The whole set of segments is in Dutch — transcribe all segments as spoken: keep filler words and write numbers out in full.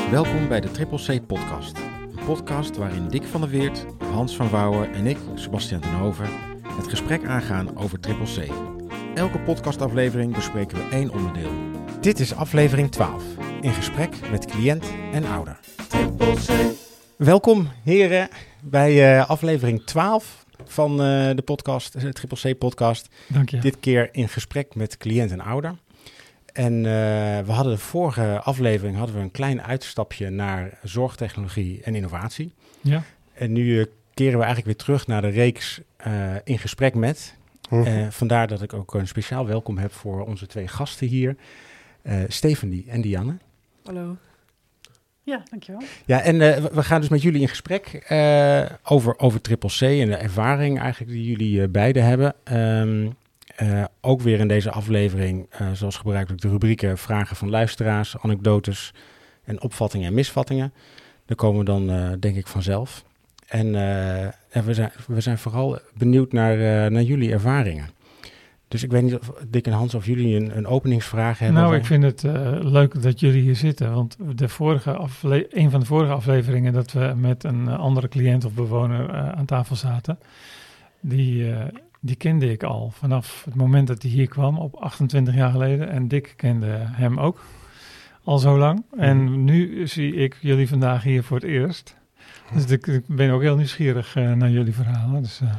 Welkom bij de Triple C podcast. Een podcast waarin Dick van der Weert, Hans van Wouwen en ik, Sebastian ten Hoven, het gesprek aangaan over Triple C. Elke podcastaflevering bespreken we één onderdeel. Dit is aflevering twaalf, in gesprek met cliënt en ouder. Triple C. Welkom heren bij uh, aflevering twaalf van uh, de podcast, de Triple C podcast. Dank je. Dit keer in gesprek met cliënt en ouder. En uh, we hadden de vorige aflevering hadden we een klein uitstapje naar zorgtechnologie en innovatie. Ja. En nu uh, keren we eigenlijk weer terug naar de reeks uh, in gesprek met. Uh-huh. Uh, vandaar dat ik ook een speciaal welkom heb voor onze twee gasten hier. Uh, Stephanie en Dianne. Hallo. Ja, dankjewel. Ja, en uh, we gaan dus met jullie in gesprek uh, over, over Triple C en de ervaring eigenlijk die jullie uh, beiden hebben. Um, Uh, ook weer in deze aflevering, uh, zoals gebruikelijk, de rubrieken vragen van luisteraars, anekdotes en opvattingen en misvattingen. Daar komen we dan, uh, denk ik, vanzelf. En, uh, en we, zijn, we zijn vooral benieuwd naar, uh, naar jullie ervaringen. Dus ik weet niet, of, Dick en Hans, of jullie een, een openingsvraag hebben. Nou, of... ik vind het uh, leuk dat jullie hier zitten. Want de vorige afle- een van de vorige afleveringen dat we met een andere cliënt of bewoner uh, aan tafel zaten, die... Uh, Die kende ik al vanaf het moment dat hij hier kwam, op achtentwintig jaar geleden. En Dick kende hem ook al zo lang. En nu zie ik jullie vandaag hier voor het eerst. Dus ik, ik ben ook heel nieuwsgierig uh, naar jullie verhalen. Dus, uh,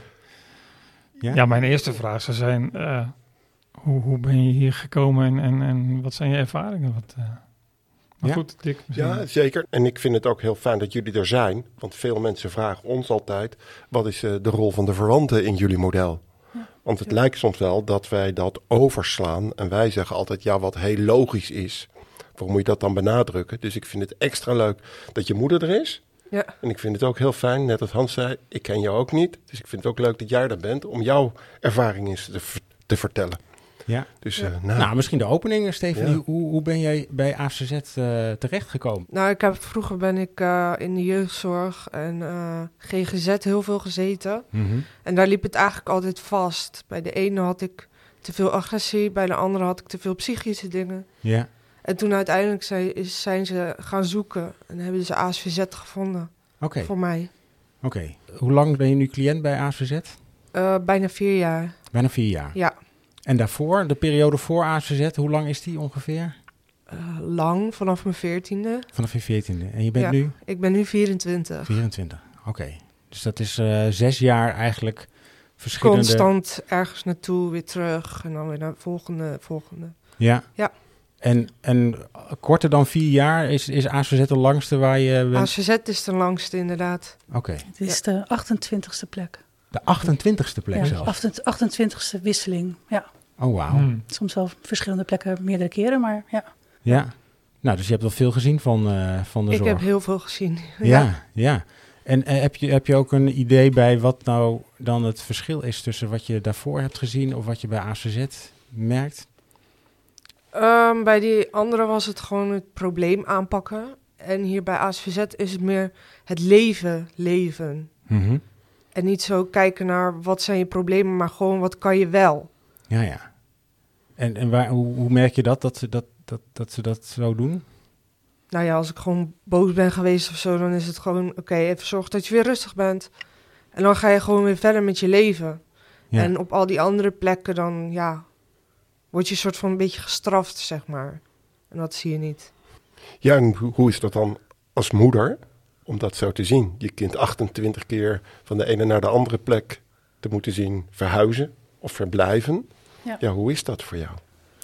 ja? ja, mijn eerste vraag zou zijn, uh, hoe, hoe ben je hier gekomen en, en, en wat zijn je ervaringen? Wat, uh, maar ja. goed, Dick. Misschien. Ja, zeker. En ik vind het ook heel fijn dat jullie er zijn. Want veel mensen vragen ons altijd, wat is uh, de rol van de verwanten in jullie model? Want het ja. lijkt soms wel dat wij dat overslaan. En wij zeggen altijd, ja, wat heel logisch is. Waarom moet je dat dan benadrukken? Dus ik vind het extra leuk dat je moeder er is. Ja. En ik vind het ook heel fijn, net als Hans zei, ik ken jou ook niet. Dus ik vind het ook leuk dat jij er bent om jouw ervaring eens te, te vertellen. Ja. Dus, ja. Uh, nou. nou, misschien de opening, Stephanie. Ja. Hoe, hoe ben jij bij A C Z uh, terechtgekomen? Nou, ik heb, vroeger ben ik uh, in de jeugdzorg en uh, G G Z heel veel gezeten. Mm-hmm. En daar liep het eigenlijk altijd vast. Bij de ene had ik te veel agressie, bij de andere had ik te veel psychische dingen. Ja. En toen uiteindelijk zijn, is, zijn ze gaan zoeken en hebben ze A C V Z gevonden. Oké. Okay. Voor mij. Oké. Okay. Hoe lang ben je nu cliënt bij A C V Z? Uh, bijna vier jaar. Bijna vier jaar? Ja. En daarvoor, de periode voor A C V Z, hoe lang is die ongeveer? Uh, lang, vanaf mijn veertiende. Vanaf je veertiende. En je bent ja, nu? Ik ben nu vierentwintig. vierentwintig, oké. Okay. Dus dat is uh, zes jaar eigenlijk verschillende... Constant ergens naartoe, weer terug en dan weer naar de volgende, volgende. Ja? Ja. En, en korter dan vier jaar, is, is A C V Z de langste waar je bent? A C V Z is de langste, inderdaad. Oké. Okay. Het is ja. de achtentwintigste plek. De achtentwintigste plek ja, zelfs? achtentwintigste wisseling, ja. Oh, wauw. Hmm. Soms wel verschillende plekken meerdere keren, maar ja. Ja, nou, dus je hebt wel veel gezien van, uh, van de ik zorg. Ik heb heel veel gezien. Ja, ja. ja. En uh, heb, je, heb je ook een idee bij wat nou dan het verschil is tussen wat je daarvoor hebt gezien of wat je bij A C V Z merkt? Um, bij die andere was het gewoon het probleem aanpakken. En hier bij A C V Z is het meer het leven leven. Mm-hmm. En niet zo kijken naar wat zijn je problemen, maar gewoon wat kan je wel. Ja, ja. En, en waar, hoe, hoe merk je dat, dat ze dat, dat, dat ze dat zo doen? Nou ja, als ik gewoon boos ben geweest of zo, dan is het gewoon, oké, okay, even zorgen dat je weer rustig bent. En dan ga je gewoon weer verder met je leven. Ja. En op al die andere plekken dan, ja, word je soort van een beetje gestraft, zeg maar. En dat zie je niet. Ja, en hoe is dat dan als moeder, om dat zo te zien? Je kind achtentwintig keer van de ene naar de andere plek te moeten zien verhuizen of verblijven. Ja, ja hoe is dat voor jou?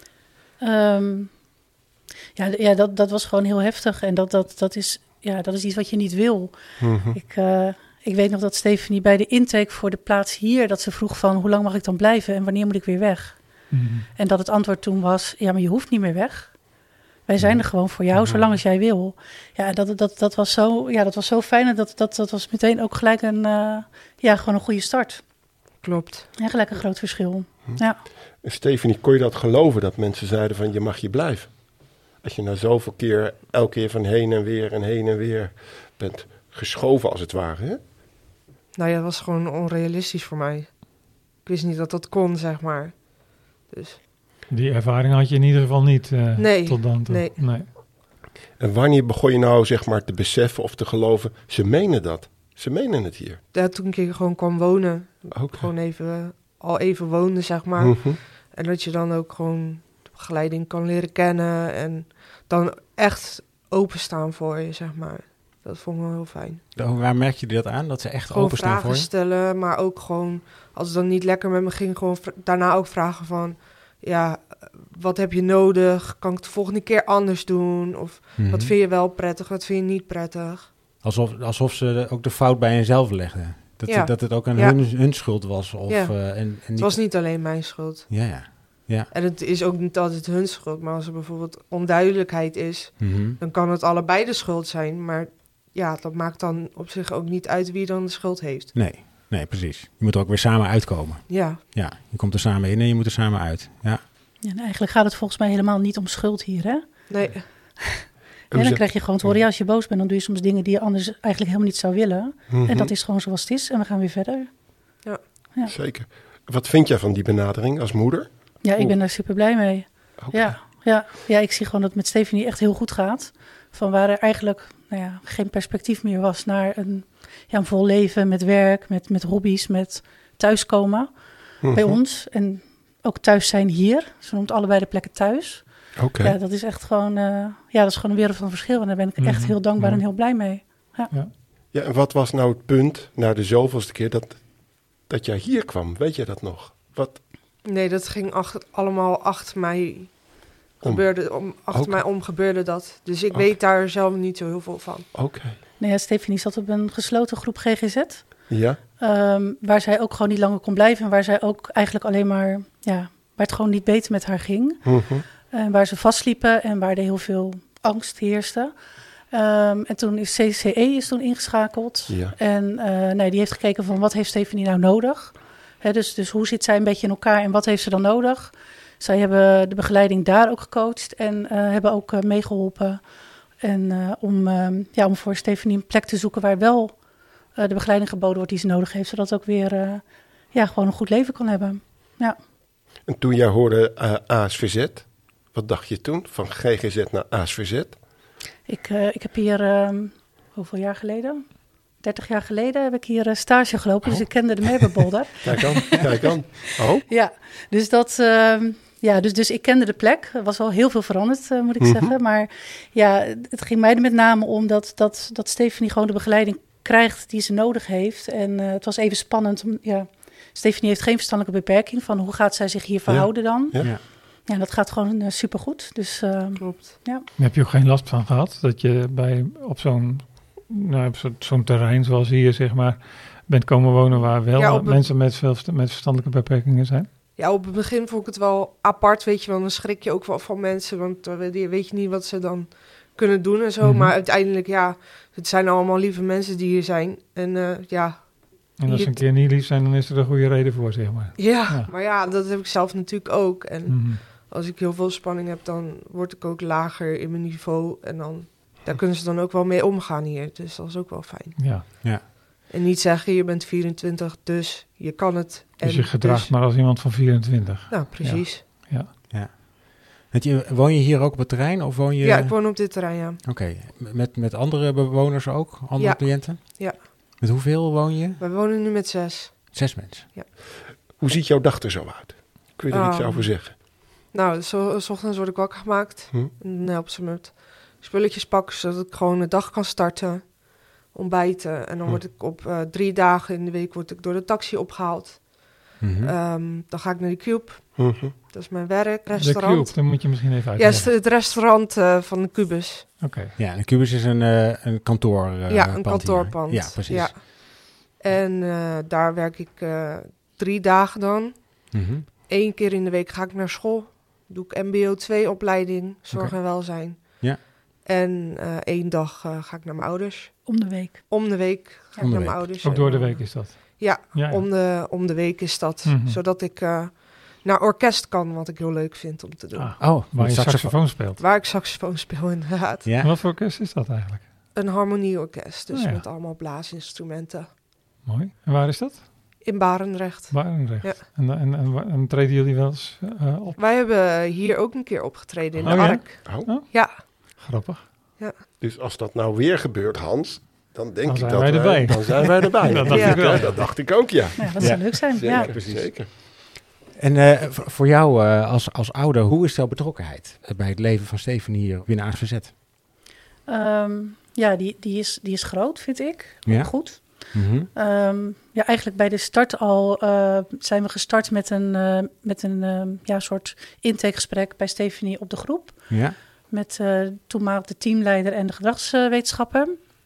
Um, ja, ja dat, dat was gewoon heel heftig. En dat, dat, dat, is, ja, dat is iets wat je niet wil. Mm-hmm. Ik, uh, ik weet nog dat Stephanie bij de intake voor de plaats hier, dat ze vroeg van hoe lang mag ik dan blijven en wanneer moet ik weer weg? Mm-hmm. En dat het antwoord toen was, ja, maar je hoeft niet meer weg. Wij zijn er gewoon voor jou, mm-hmm. zolang als jij wil. Ja, dat, dat, dat, was, zo, ja, dat was zo fijn en dat, dat, dat was meteen ook gelijk een, uh, ja, gewoon een goede start. Klopt. Ja, gelijk een groot verschil. Hm. Ja. En Stephanie, kon je dat geloven dat mensen zeiden van je mag hier blijven? Als je nou zoveel keer, elke keer van heen en weer en heen en weer bent geschoven als het ware, hè? Nou ja, dat was gewoon onrealistisch voor mij. Ik wist niet dat dat kon, zeg maar. Dus. Die ervaring had je in ieder geval niet uh, nee, tot dan toe. Nee. nee. En wanneer begon je nou zeg maar te beseffen of te geloven, ze menen dat? Ze menen het hier. Ja, toen ik hier gewoon kwam wonen. Okay. Gewoon even, al even woonde, zeg maar. Mm-hmm. En dat je dan ook gewoon de begeleiding kan leren kennen. En dan echt openstaan voor je, zeg maar. Dat vond ik wel heel fijn. Oh, waar merk je dat aan? Dat ze echt gewoon openstaan voor je? vragen stellen, maar ook gewoon... Als het dan niet lekker met me ging, gewoon vra- daarna ook vragen van... Ja, wat heb je nodig? Kan ik het de volgende keer anders doen? Of Mm-hmm. wat vind je wel prettig, wat vind je niet prettig? Alsof, alsof ze ook de fout bij henzelf legden. Dat, Ja. dat het ook aan Ja. hun, hun schuld was. Of, Ja. uh, en, en niet... Het was niet alleen mijn schuld. Ja, ja. ja. En het is ook niet altijd hun schuld. Maar als er bijvoorbeeld onduidelijkheid is... Mm-hmm. dan kan het allebei de schuld zijn. Maar ja, dat maakt dan op zich ook niet uit wie dan de schuld heeft. Nee, nee, precies. Je moet er ook weer samen uitkomen. Ja. Ja, je komt er samen in en je moet er samen uit. Ja. Ja, en eigenlijk gaat het volgens mij helemaal niet om schuld hier, hè? Nee. En dan krijg je gewoon te horen, ja, als je boos bent, dan doe je soms dingen die je anders eigenlijk helemaal niet zou willen. Mm-hmm. En dat is gewoon zoals het is en we gaan weer verder. Ja. Ja. Zeker. Wat vind jij van die benadering als moeder? Ja, ik ben daar super blij mee. Okay. Ja, ja, ja, ik zie gewoon dat het met Stephanie echt heel goed gaat. Van waar er eigenlijk nou ja, geen perspectief meer was naar een, ja, een vol leven met werk, met, met hobby's, met thuiskomen Mm-hmm. bij ons. En ook thuis zijn hier. Ze noemt allebei de plekken thuis. Oké. Okay. Ja, dat is echt gewoon, uh, ja, dat is gewoon een wereld van verschil. En daar ben ik Mm-hmm. echt heel dankbaar mm-hmm. en heel blij mee. Ja. Ja. Ja, en wat was nou het punt, na de zoveelste keer, dat, dat jij hier kwam? Weet je dat nog? Wat? Nee, dat ging achter, allemaal achter mij om. Gebeurde, om, achter Okay. mij om gebeurde dat. Dus ik Okay. weet daar zelf niet zo heel veel van. Oké. Okay. Nee, ja, Stephanie zat op een gesloten groep G G Z. Ja. Um, waar zij ook gewoon niet langer kon blijven. En waar zij ook eigenlijk alleen maar, ja, waar het gewoon niet beter met haar ging. Mm-hmm. Uh, waar ze vastliepen en waar er heel veel angst heerste. Um, en toen is C C E is toen ingeschakeld. Ja. En uh, nee, die heeft gekeken van wat heeft Stephanie nou nodig. Hè, dus, dus hoe zit zij een beetje in elkaar en wat heeft ze dan nodig? Zij hebben de begeleiding daar ook gecoacht en uh, hebben ook uh, meegeholpen. En uh, om, um, ja, om voor Stephanie een plek te zoeken waar wel uh, de begeleiding geboden wordt die ze nodig heeft. Zodat ze ook weer uh, ja, gewoon een goed leven kan hebben. Ja. En toen jij hoorde uh, A S V Z, wat dacht je toen? Van G G Z naar A S V Z? Ik, uh, ik heb hier, um, hoeveel jaar geleden? dertig jaar geleden heb ik hier uh, stage gelopen, oh. Dus ik kende de Merbebolder. Kijk aan, kijk aan. Oh. Ja, dus dat... Uh, Ja, dus, dus ik kende de plek. Er was wel heel veel veranderd, uh, moet ik mm-hmm. zeggen. Maar ja, het ging mij er met name om dat, dat, dat Stephanie gewoon de begeleiding krijgt die ze nodig heeft. En uh, het was even spannend. Om, ja, Stephanie heeft geen verstandelijke beperking van hoe gaat zij zich hier verhouden ja. dan. Ja. Ja. Ja, dat gaat gewoon uh, supergoed. Dus, uh, Klopt. Ja. Daar heb je ook geen last van gehad? Dat je bij, op zo'n, nou, op zo, zo'n terrein zoals hier, zeg maar, bent komen wonen waar wel ja, mensen met, veel, met verstandelijke beperkingen zijn? Ja, op het begin vond ik het wel apart, weet je wel. Dan schrik je ook wel van mensen, want dan weet je niet wat ze dan kunnen doen en zo. Mm-hmm. Maar uiteindelijk, ja, het zijn allemaal lieve mensen die hier zijn. En uh, ja... En als ze een keer niet lief zijn, dan is er een goede reden voor, zeg maar. Ja, ja. maar ja, dat heb ik zelf natuurlijk ook. En mm-hmm. als ik heel veel spanning heb, dan word ik ook lager in mijn niveau. En dan, daar kunnen ze dan ook wel mee omgaan hier. Dus dat is ook wel fijn. Ja, ja. En niet zeggen, je bent vierentwintig, dus je kan het. Dus en je gedraagt dus... maar als iemand van vierentwintig. Nou, precies. Ja. ja. ja. Woon je hier ook op het terrein? Of woon je... Ja, ik woon op dit terrein, ja. Oké. Okay. Met, met andere bewoners ook? Andere ja. cliënten? Ja. Met hoeveel woon je? We wonen nu met zes. Zes mensen? Ja. Hoe ziet jouw dag er zo uit? Kun je er um, iets over zeggen? Nou, zo, 's ochtends word ik wakker gemaakt. Hm? En dan help ze met spulletjes pakken, zodat ik gewoon de dag kan starten. Ontbijten. En dan word ik op uh, drie dagen in de week word ik door de taxi opgehaald. Mm-hmm. Um, dan ga ik naar de Cube. Mm-hmm. Dat is mijn werk. Restaurant. De Cube, dan moet je misschien even uitleggen. Ja, het restaurant uh, van de Cubus. Oké. Okay. Ja, de Cubus is een, uh, een kantoor. Uh, ja, een pand kantoorpand. Hier. Ja, precies. Ja. En uh, daar werk ik uh, drie dagen dan. Mm-hmm. Eén keer in de week ga ik naar school. Doe ik M B O twee opleiding, zorg okay. en welzijn. Ja. En uh, één dag uh, ga ik naar mijn ouders. Om de week. Om de week ga ja. ik de naar week. mijn ouders. Ook door de week is dat? Ja, ja, ja. Om, de, om de week is dat. Mm-hmm. Zodat ik uh, naar orkest kan, wat ik heel leuk vind om te doen. Ah, oh, waar je saxofoon. saxofoon speelt. Waar ik saxofoon speel, inderdaad. Ja. Wat voor orkest is dat eigenlijk? Een harmonieorkest, dus oh, ja. met allemaal blaasinstrumenten. Mooi. En waar is dat? In Barendrecht. Barendrecht. Ja. En, en, en, en treden jullie wel eens uh, op? Wij hebben hier ook een keer opgetreden in oh, de ja? Ark. Oh. Ja. Grappig. Ja. Dus als dat nou weer gebeurt, Hans, dan denk Dan ik zijn dat wij erbij. Dan zijn wij erbij. Dat dacht Ja. ik wel. Ja, dat dacht ik ook, ja. Ja, dat Ja. zou leuk zijn. Zeker, Ja. precies. Zeker. En uh, v- voor jou uh, als, als ouder, hoe is jouw betrokkenheid bij het leven van Stephanie hier binnen A S V Z? Um, ja, die, die, is, die is groot, vind ik. Ja. Goed. Mm-hmm. Um, ja, eigenlijk bij de start al uh, zijn we gestart met een, uh, met een uh, ja, soort intakegesprek bij Stephanie op de groep. Ja. Met uh, toenmalig de teamleider en de gedragswetenschapper.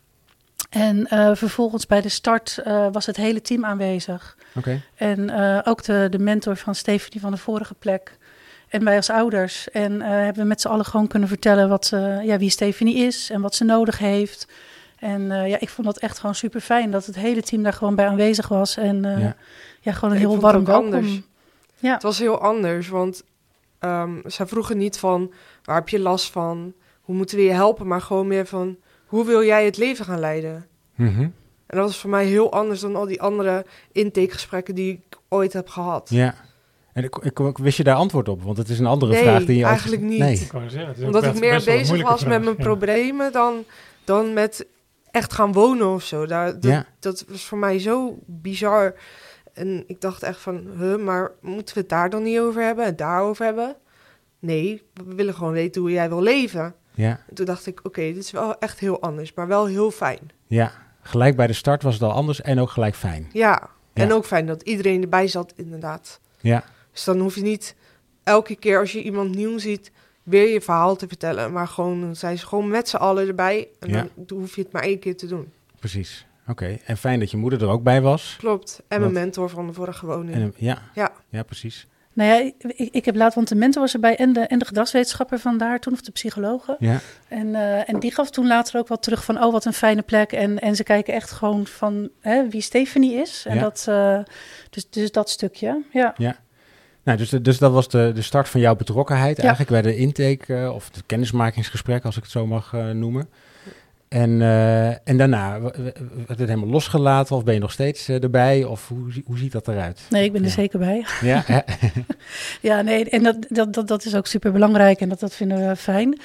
En uh, vervolgens bij de start uh, was het hele team aanwezig. Okay. En uh, ook de, de mentor van Stephanie van de vorige plek. En wij als ouders. En uh, hebben we met z'n allen gewoon kunnen vertellen wat, uh, ja, wie Stephanie is en wat ze nodig heeft. En uh, ja, ik vond dat echt gewoon super fijn dat het hele team daar gewoon bij aanwezig was. En uh, ja. ja, gewoon een Ik heel vond het warm ook welkom. anders. Ja. Het was heel anders, want um, zij vroegen niet van waar heb je last van, hoe moeten we je helpen, maar gewoon meer van hoe wil jij het leven gaan leiden? Mm-hmm. En dat was voor mij heel anders dan al die andere intakegesprekken die ik ooit heb gehad. Ja. En ik, ik, ik wist je daar antwoord op, want het is een andere Nee, vraag die je eigenlijk altijd... niet. Nee, Ik wou zeggen, het is Omdat ook ik best- meer best wel een bezig moeilijke was vraag, met mijn ja. problemen dan, dan met echt gaan wonen of zo. Daar, dat, Ja. dat was voor mij zo bizar. En ik dacht echt van, huh, maar moeten we het daar dan niet over hebben en daarover hebben? Nee, we willen gewoon weten hoe jij wil leven. ja, En toen dacht ik, oké, okay, dit is wel echt heel anders, maar wel heel fijn. ja. Gelijk bij de start was het al anders en ook gelijk fijn. Ja, en Ja. ook fijn dat iedereen erbij zat, inderdaad. Ja, Dus dan hoef je niet elke keer als je iemand nieuw ziet weer je verhaal te vertellen. Maar gewoon, dan zijn ze gewoon met z'n allen erbij. En Ja. dan hoef je het maar één keer te doen. precies. Oké, okay. En fijn dat je moeder er ook bij was. Klopt. En Want- mijn mentor van de vorige woning. En, ja, Ja. ja, precies. Nou ja, ik, ik heb laat, want de mentor was erbij en de, en de gedragswetenschapper van daar toen, of de psychologe. Ja, En, uh, en die gaf toen later ook wel terug van, oh, wat een fijne plek. En, en ze kijken echt gewoon van hè, wie Stephanie is. En Ja. dat, uh, dus, dus dat stukje, ja. ja. Nou, dus, dus dat was de, de start van jouw betrokkenheid Ja. eigenlijk bij de intake uh, of het kennismakingsgesprek, als ik het zo mag uh, noemen. En, uh, en daarna, werd het helemaal losgelaten of ben je nog steeds uh, erbij? Of hoe, hoe ziet dat eruit? Nee, ik ben er Ja. zeker bij. Ja, hè? Ja, nee, en dat, dat, dat, dat is ook super belangrijk en dat, dat vinden we fijn.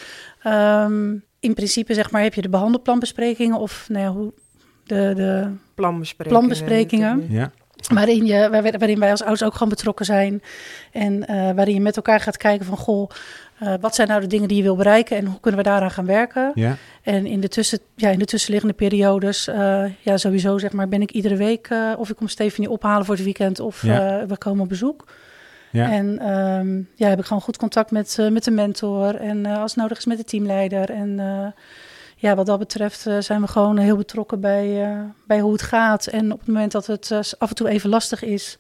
Um, in principe, zeg maar, heb je de behandelplanbesprekingen of nou ja, hoe, de, de Planbesprekingen. planbesprekingen. ja, Waarin, je, waar- waarin wij als ouders ook gewoon betrokken zijn. En uh, waarin je met elkaar gaat kijken van, goh, uh, wat zijn nou de dingen die je wil bereiken en hoe kunnen we daaraan gaan werken? ja, En in de, tussen, ja, in de tussenliggende periodes, uh, ja, sowieso zeg maar, ben ik iedere week uh, of ik kom Stephanie ophalen voor het weekend of Ja. uh, we komen op bezoek. ja. En um, ja, heb ik gewoon goed contact met, uh, met de mentor en uh, als nodig is met de teamleider. En uh, ja, wat dat betreft uh, zijn we gewoon heel betrokken bij, uh, bij hoe het gaat. En op het moment dat het uh, af en toe even lastig is,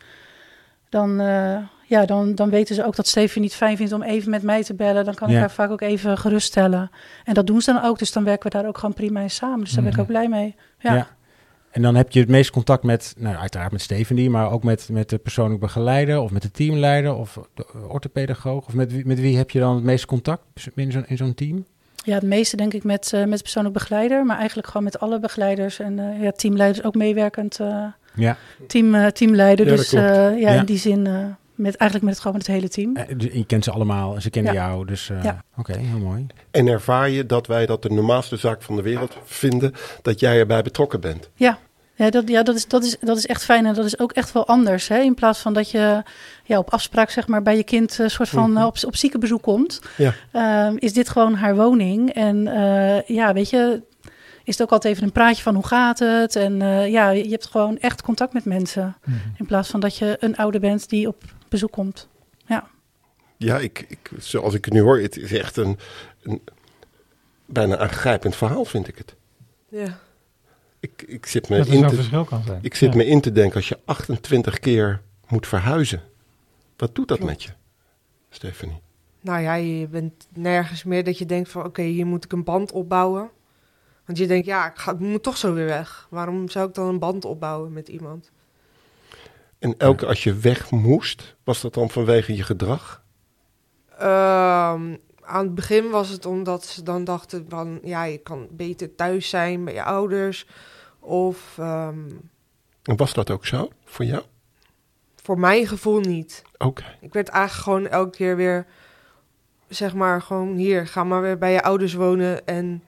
dan, uh, ja, dan, dan weten ze ook dat Stephanie het fijn vindt om even met mij te bellen. Dan kan ik Ja. haar vaak ook even geruststellen. En dat doen ze dan ook, dus dan werken we daar ook gewoon prima in samen. Dus daar ben ik Mhm. ook blij mee. Ja. Ja. En dan heb je het meest contact met, nou uiteraard met Stephanie, maar ook met, met de persoonlijk begeleider of met de teamleider of de orthopedagoog. Of met wie, met wie heb je dan het meeste contact in, zo, in zo'n team? Ja, het meeste denk ik met, uh, met persoonlijk begeleider, maar eigenlijk gewoon met alle begeleiders en uh, ja, teamleiders ook meewerkend uh, Ja. team, uh, teamleider. Ja, dat dus klopt. uh, ja, Ja. in die zin uh, met, eigenlijk met het, gewoon met het hele team. Eh, dus je kent ze allemaal en ze kennen Ja. jou, dus uh, Ja. oké, heel mooi. En ervaar je dat wij dat de normaalste zaak van de wereld vinden, dat jij erbij betrokken bent? Ja. Ja, dat, ja dat, is, dat, is, dat is echt fijn en dat is ook echt wel anders. Hè? In plaats van dat je ja, op afspraak zeg maar, bij je kind een soort van Mhm. op, op ziekenbezoek komt, Ja. uh, is dit gewoon haar woning. En uh, ja, weet je, is het ook altijd even een praatje van hoe gaat het? En uh, ja, je hebt gewoon echt contact met mensen. Mhm. In plaats van dat je een ouder bent die op bezoek komt. Ja, Ja, ik, ik, zoals ik het nu hoor, het is echt een, een bijna aangrijpend verhaal, vind ik het. Ja. Ik, ik zit me Dat er in zo'n te, verschil kan zijn. ik zit Ja. me in te denken, als je achtentwintig keer moet verhuizen, wat doet dat Klopt. met je, Stephanie? Nou ja, je bent nergens meer dat je denkt van, oké, okay, hier moet ik een band opbouwen. Want je denkt, ja, ik, ga, ik moet toch zo weer weg. Waarom zou ik dan een band opbouwen met iemand? En elke keer als je weg moest, was dat dan vanwege je gedrag? Um, aan het begin was het omdat ze dan dachten van, ja, je kan beter thuis zijn bij je ouders. Of um, En was dat ook zo voor jou? voor mijn gevoel niet. Oké. Ik werd eigenlijk gewoon elke keer weer, zeg maar, gewoon hier, ga maar weer bij je ouders wonen. En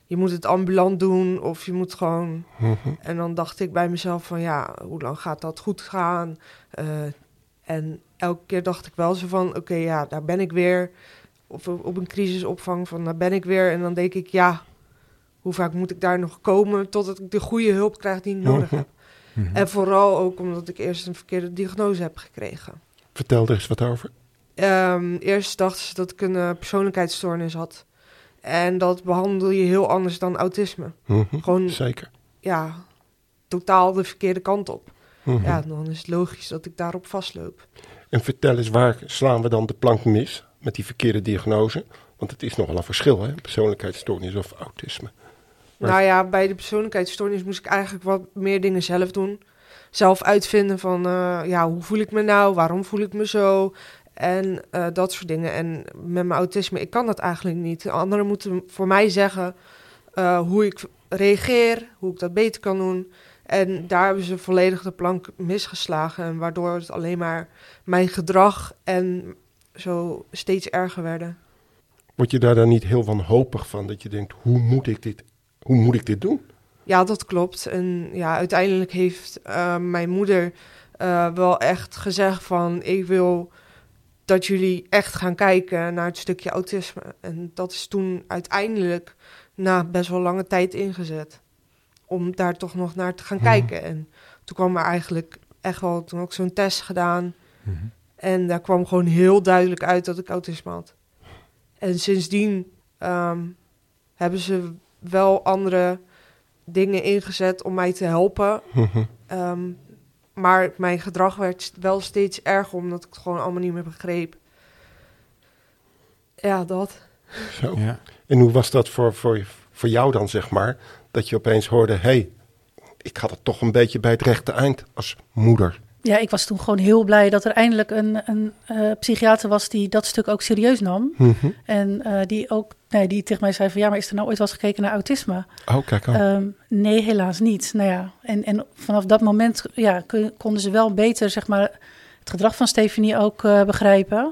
je moet het ambulant doen of je moet gewoon... Mm-hmm. En dan dacht ik bij mezelf van, ja, hoe lang gaat dat goed gaan? Uh, en elke keer dacht ik wel zo van, oké, okay, ja, daar ben ik weer. Of op een crisisopvang van, daar ben ik weer. En dan denk ik, ja, hoe vaak moet ik daar nog komen totdat ik de goede hulp krijg die ik nodig heb? Mm-hmm. En vooral ook omdat ik eerst een verkeerde diagnose heb gekregen. Vertel er eens wat over. Um, eerst dachten ze dat ik een uh, persoonlijkheidsstoornis had. En dat behandel je heel anders dan autisme. Mm-hmm. Gewoon, zeker. Ja, totaal de verkeerde kant op. Mm-hmm. Ja, dan is het logisch dat ik daarop vastloop. En vertel eens, waar slaan we dan de plank mis met die verkeerde diagnose? Want het is nogal een verschil, hè? Persoonlijkheidsstoornis of autisme. Maar... Nou ja, bij de persoonlijkheidsstoornis moest ik eigenlijk wat meer dingen zelf doen. Zelf uitvinden van, uh, ja, hoe voel ik me nou? Waarom voel ik me zo? En uh, dat soort dingen. En met mijn autisme, ik kan dat eigenlijk niet. Anderen moeten voor mij zeggen uh, hoe ik reageer, hoe ik dat beter kan doen. En daar hebben ze volledig de plank misgeslagen. En waardoor het alleen maar mijn gedrag en zo steeds erger werden. Word je daar dan niet heel wanhopig van? Dat je denkt, hoe moet ik dit, hoe moet ik dit doen? Ja, dat klopt. En ja, uiteindelijk heeft uh, mijn moeder uh, wel echt gezegd van... ik wil dat jullie echt gaan kijken naar het stukje autisme. En dat is toen uiteindelijk na best wel lange tijd ingezet. Om daar toch nog naar te gaan mm-hmm. kijken. En toen kwam er eigenlijk echt wel toen ook zo'n test gedaan. Mm-hmm. En daar kwam gewoon heel duidelijk uit dat ik autisme had. En sindsdien um, hebben ze wel andere dingen ingezet om mij te helpen. Mm-hmm. Um, maar mijn gedrag werd wel steeds erger, omdat ik het gewoon allemaal niet meer begreep. Ja, dat. Zo. Ja. En hoe was dat voor, voor, voor jou dan, zeg maar? Dat je opeens hoorde, hé, hey, ik had het toch een beetje bij het rechte eind als moeder. Ja, ik was toen gewoon heel blij dat er eindelijk een, een uh, psychiater was die dat stuk ook serieus nam. Mm-hmm. En uh, die ook, nee, die tegen mij zei van ja, maar is er nou ooit wel eens gekeken naar autisme? Oh, kijk aan. Um, nee, helaas niet. Nou ja, en, en vanaf dat moment ja, kun, konden ze wel beter, zeg maar, het gedrag van Stefanie ook uh, begrijpen.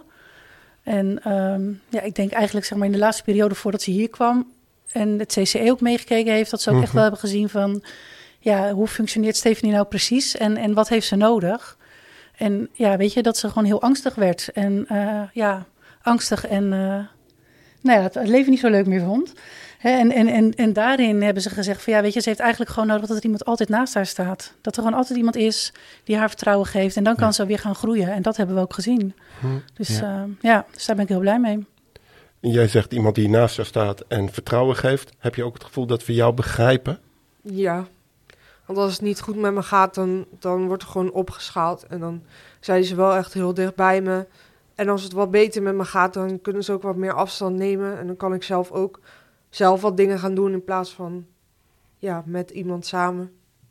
En um, ja, ik denk eigenlijk, zeg maar, in de laatste periode voordat ze hier kwam en het C C E ook meegekeken heeft, dat ze ook mm-hmm. echt wel hebben gezien van... ja, hoe functioneert Stefanie nou precies en, en wat heeft ze nodig? En ja, weet je, dat ze gewoon heel angstig werd. En uh, ja, angstig en uh, nou ja, het, het leven niet zo leuk meer vond. Hè, en, en, en, en daarin hebben ze gezegd van ja, weet je, ze heeft eigenlijk gewoon nodig dat er iemand altijd naast haar staat. Dat er gewoon altijd iemand is die haar vertrouwen geeft. En dan kan ja. ze weer gaan groeien. En dat hebben we ook gezien. Hm, dus ja. Uh, ja, dus daar ben ik heel blij mee. En jij zegt iemand die naast haar staat en vertrouwen geeft. Heb je ook het gevoel dat we jou begrijpen? Ja. Want als het niet goed met me gaat, dan, dan wordt er gewoon opgeschaald. En dan zijn ze wel echt heel dicht bij me. En als het wat beter met me gaat, dan kunnen ze ook wat meer afstand nemen. En dan kan ik zelf ook zelf wat dingen gaan doen in plaats van ja, met iemand samen.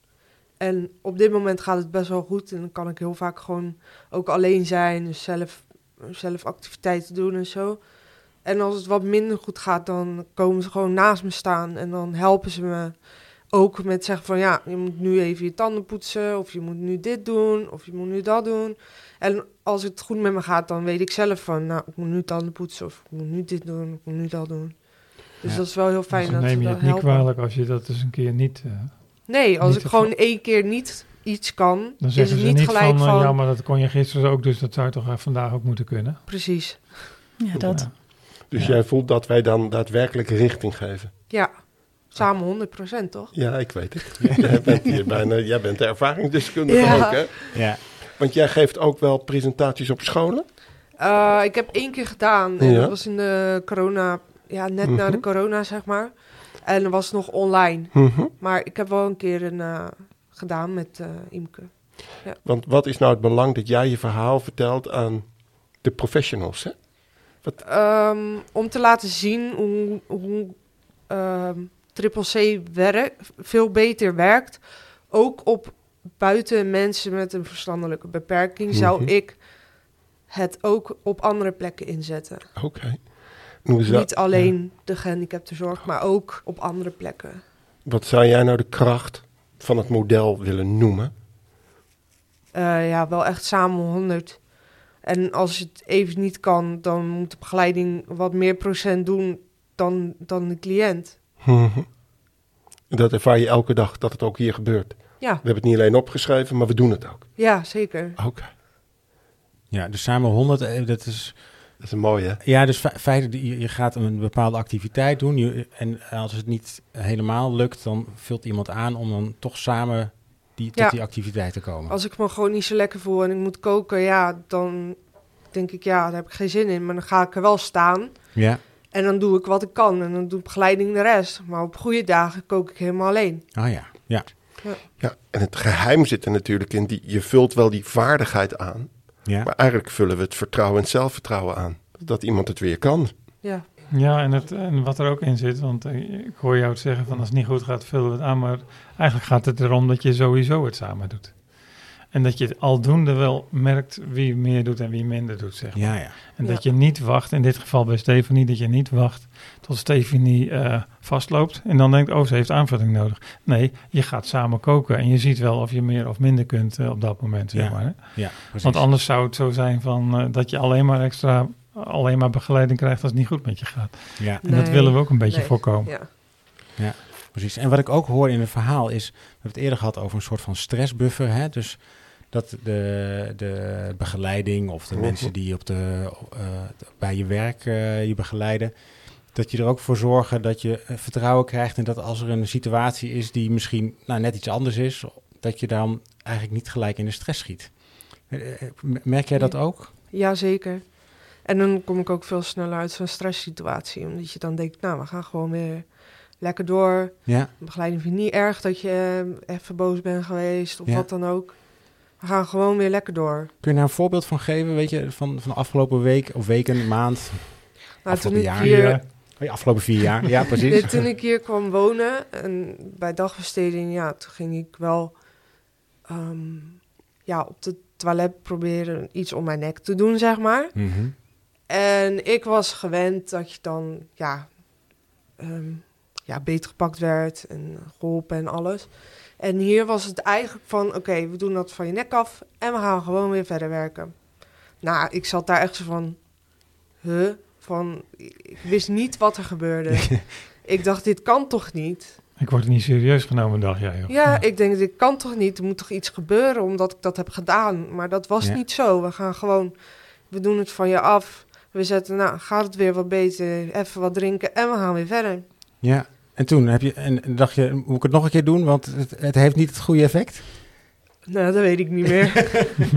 En op dit moment gaat het best wel goed. En dan kan ik heel vaak gewoon ook alleen zijn. Dus zelf, zelf activiteiten doen en zo. En als het wat minder goed gaat, dan komen ze gewoon naast me staan. En dan helpen ze me ook met zeggen van ja, je moet nu even je tanden poetsen. Of je moet nu dit doen. Of je moet nu dat doen. En als het goed met me gaat, dan weet ik zelf van nou, ik moet nu tanden poetsen. Of ik moet nu dit doen. Of ik moet nu dat doen. Dus ja, dat is wel heel fijn. Dus dan dat neem ze je dat het niet helpen. kwalijk als je dat eens een keer niet... Uh, nee, als niet ik gewoon van... één keer niet iets kan, dan is zeggen het ze niet niet gelijk van... van... Uh, ja, maar dat kon je gisteren ook, dus dat zou toch uh, vandaag ook moeten kunnen. Precies. Ja, dat. Ja. Dus ja. jij voelt dat wij dan daadwerkelijk richting geven? Ja, samen honderd procent toch? Ja, ik weet het. jij, bent hier bijna, jij bent de ervaringsdeskundige ja. ook, hè? Ja. Want jij geeft ook wel presentaties op scholen? Uh, ik heb één keer gedaan. En ja. dat was in de corona... Ja, net mm-hmm. na de corona, zeg maar. En dat was nog online. Mm-hmm. Maar ik heb wel een keer een, uh, gedaan met uh, Imke. Ja. Want wat is nou het belang dat jij je verhaal vertelt aan de professionals, hè? Wat... Um, om te laten zien hoe, hoe um, triple C werk, veel beter werkt. Ook op buiten mensen met een verstandelijke beperking mm-hmm. zou ik het ook op andere plekken inzetten. Oké. Okay. Niet alleen ja. de gehandicaptenzorg, maar ook op andere plekken. Wat zou jij nou de kracht van het model willen noemen? Uh, ja, wel echt samen honderd. En als het even niet kan, dan moet de begeleiding wat meer procent doen dan, dan de cliënt. Mm-hmm. En dat ervaar je elke dag, dat het ook hier gebeurt. Ja. We hebben het niet alleen opgeschreven, maar we doen het ook. Ja, zeker. Oké. Okay. Ja, dus samen honderd, dat is... Dat is een mooie, hè? Ja, dus feitelijk, je, je gaat een bepaalde activiteit doen. Je, en als het niet helemaal lukt, dan vult iemand aan om dan toch samen die, tot ja. die activiteit te komen. Als ik me gewoon niet zo lekker voel en ik moet koken, ja, dan denk ik, ja, daar heb ik geen zin in. Maar dan ga ik er wel staan. Ja. En dan doe ik wat ik kan. En dan doe ik begeleiding de rest. Maar op goede dagen kook ik helemaal alleen. Ah ja, ja. Ja, ja en het geheim zit er natuurlijk in. Die, je vult wel die vaardigheid aan. Ja. Maar eigenlijk vullen we het vertrouwen en het zelfvertrouwen aan. Dat iemand het weer kan. ja. Ja, en, het, en wat er ook in zit, want ik hoor jou het zeggen van als het niet goed gaat, vullen we het aan. Maar eigenlijk gaat het erom dat je sowieso het samen doet. En dat je het aldoende wel merkt wie meer doet en wie minder doet, zeg maar. Ja, ja. En Ja. dat je niet wacht, in dit geval bij Stefanie, dat je niet wacht tot Stefanie uh, vastloopt. En dan denkt, oh, ze heeft aanvulling nodig. Nee, je gaat samen koken en je ziet wel of je meer of minder kunt uh, op dat moment, zeg Ja. maar. Hè? Ja, precies. Want anders zou het zo zijn van uh, dat je alleen maar extra, alleen maar begeleiding krijgt als het niet goed met je gaat. Ja, En dat Nee, willen we ook een beetje nee. voorkomen. Ja. precies. En wat ik ook hoor in het verhaal is, we hebben het eerder gehad over een soort van stressbuffer, hè? Dus dat de, de begeleiding of de Mhm. mensen die op de, uh, bij je werk uh, je begeleiden, dat je er ook voor zorgen dat je uh, vertrouwen krijgt en dat als er een situatie is die misschien nou, net iets anders is, dat je dan eigenlijk niet gelijk in de stress schiet. Uh, merk jij dat ook? Ja, zeker. En dan kom ik ook veel sneller uit zo'n stresssituatie. Omdat je dan denkt, nou, we gaan gewoon weer lekker door. Ja. De begeleiding vind je niet erg dat je uh, even boos bent geweest of Ja. wat dan ook. We gaan gewoon weer lekker door. Kun je daar een voorbeeld van geven, weet je, van, van de afgelopen week of weken, maand, Nou, afgelopen toen ik jaar? hier, Ja. Oh ja, afgelopen vier jaar, ja precies. nee, toen ik hier kwam wonen en bij dagbesteding, ja, toen ging ik wel um, ja, op het toilet proberen iets om mijn nek te doen, zeg maar. Mm-hmm. En ik was gewend dat je dan ja, um, ja, beter gepakt werd en geholpen en alles. En hier was het eigenlijk van, oké, okay, we doen dat van je nek af en we gaan gewoon weer verder werken. Nou, ik zat daar echt zo van, huh? Van, ik wist niet wat er gebeurde. Ik dacht, dit kan toch niet? Ik word niet serieus genomen, dacht jij. Joh. Ja, ik denk, dit kan toch niet? Er moet toch iets gebeuren omdat ik dat heb gedaan? Maar dat was Ja. niet zo. We gaan gewoon, we doen het van je af. We zetten, nou, gaat het weer wat beter, even wat drinken en we gaan weer verder. Ja, en toen heb je, en dacht je, moet ik het nog een keer doen, want het, het heeft niet het goede effect? Nou, dat weet ik niet meer.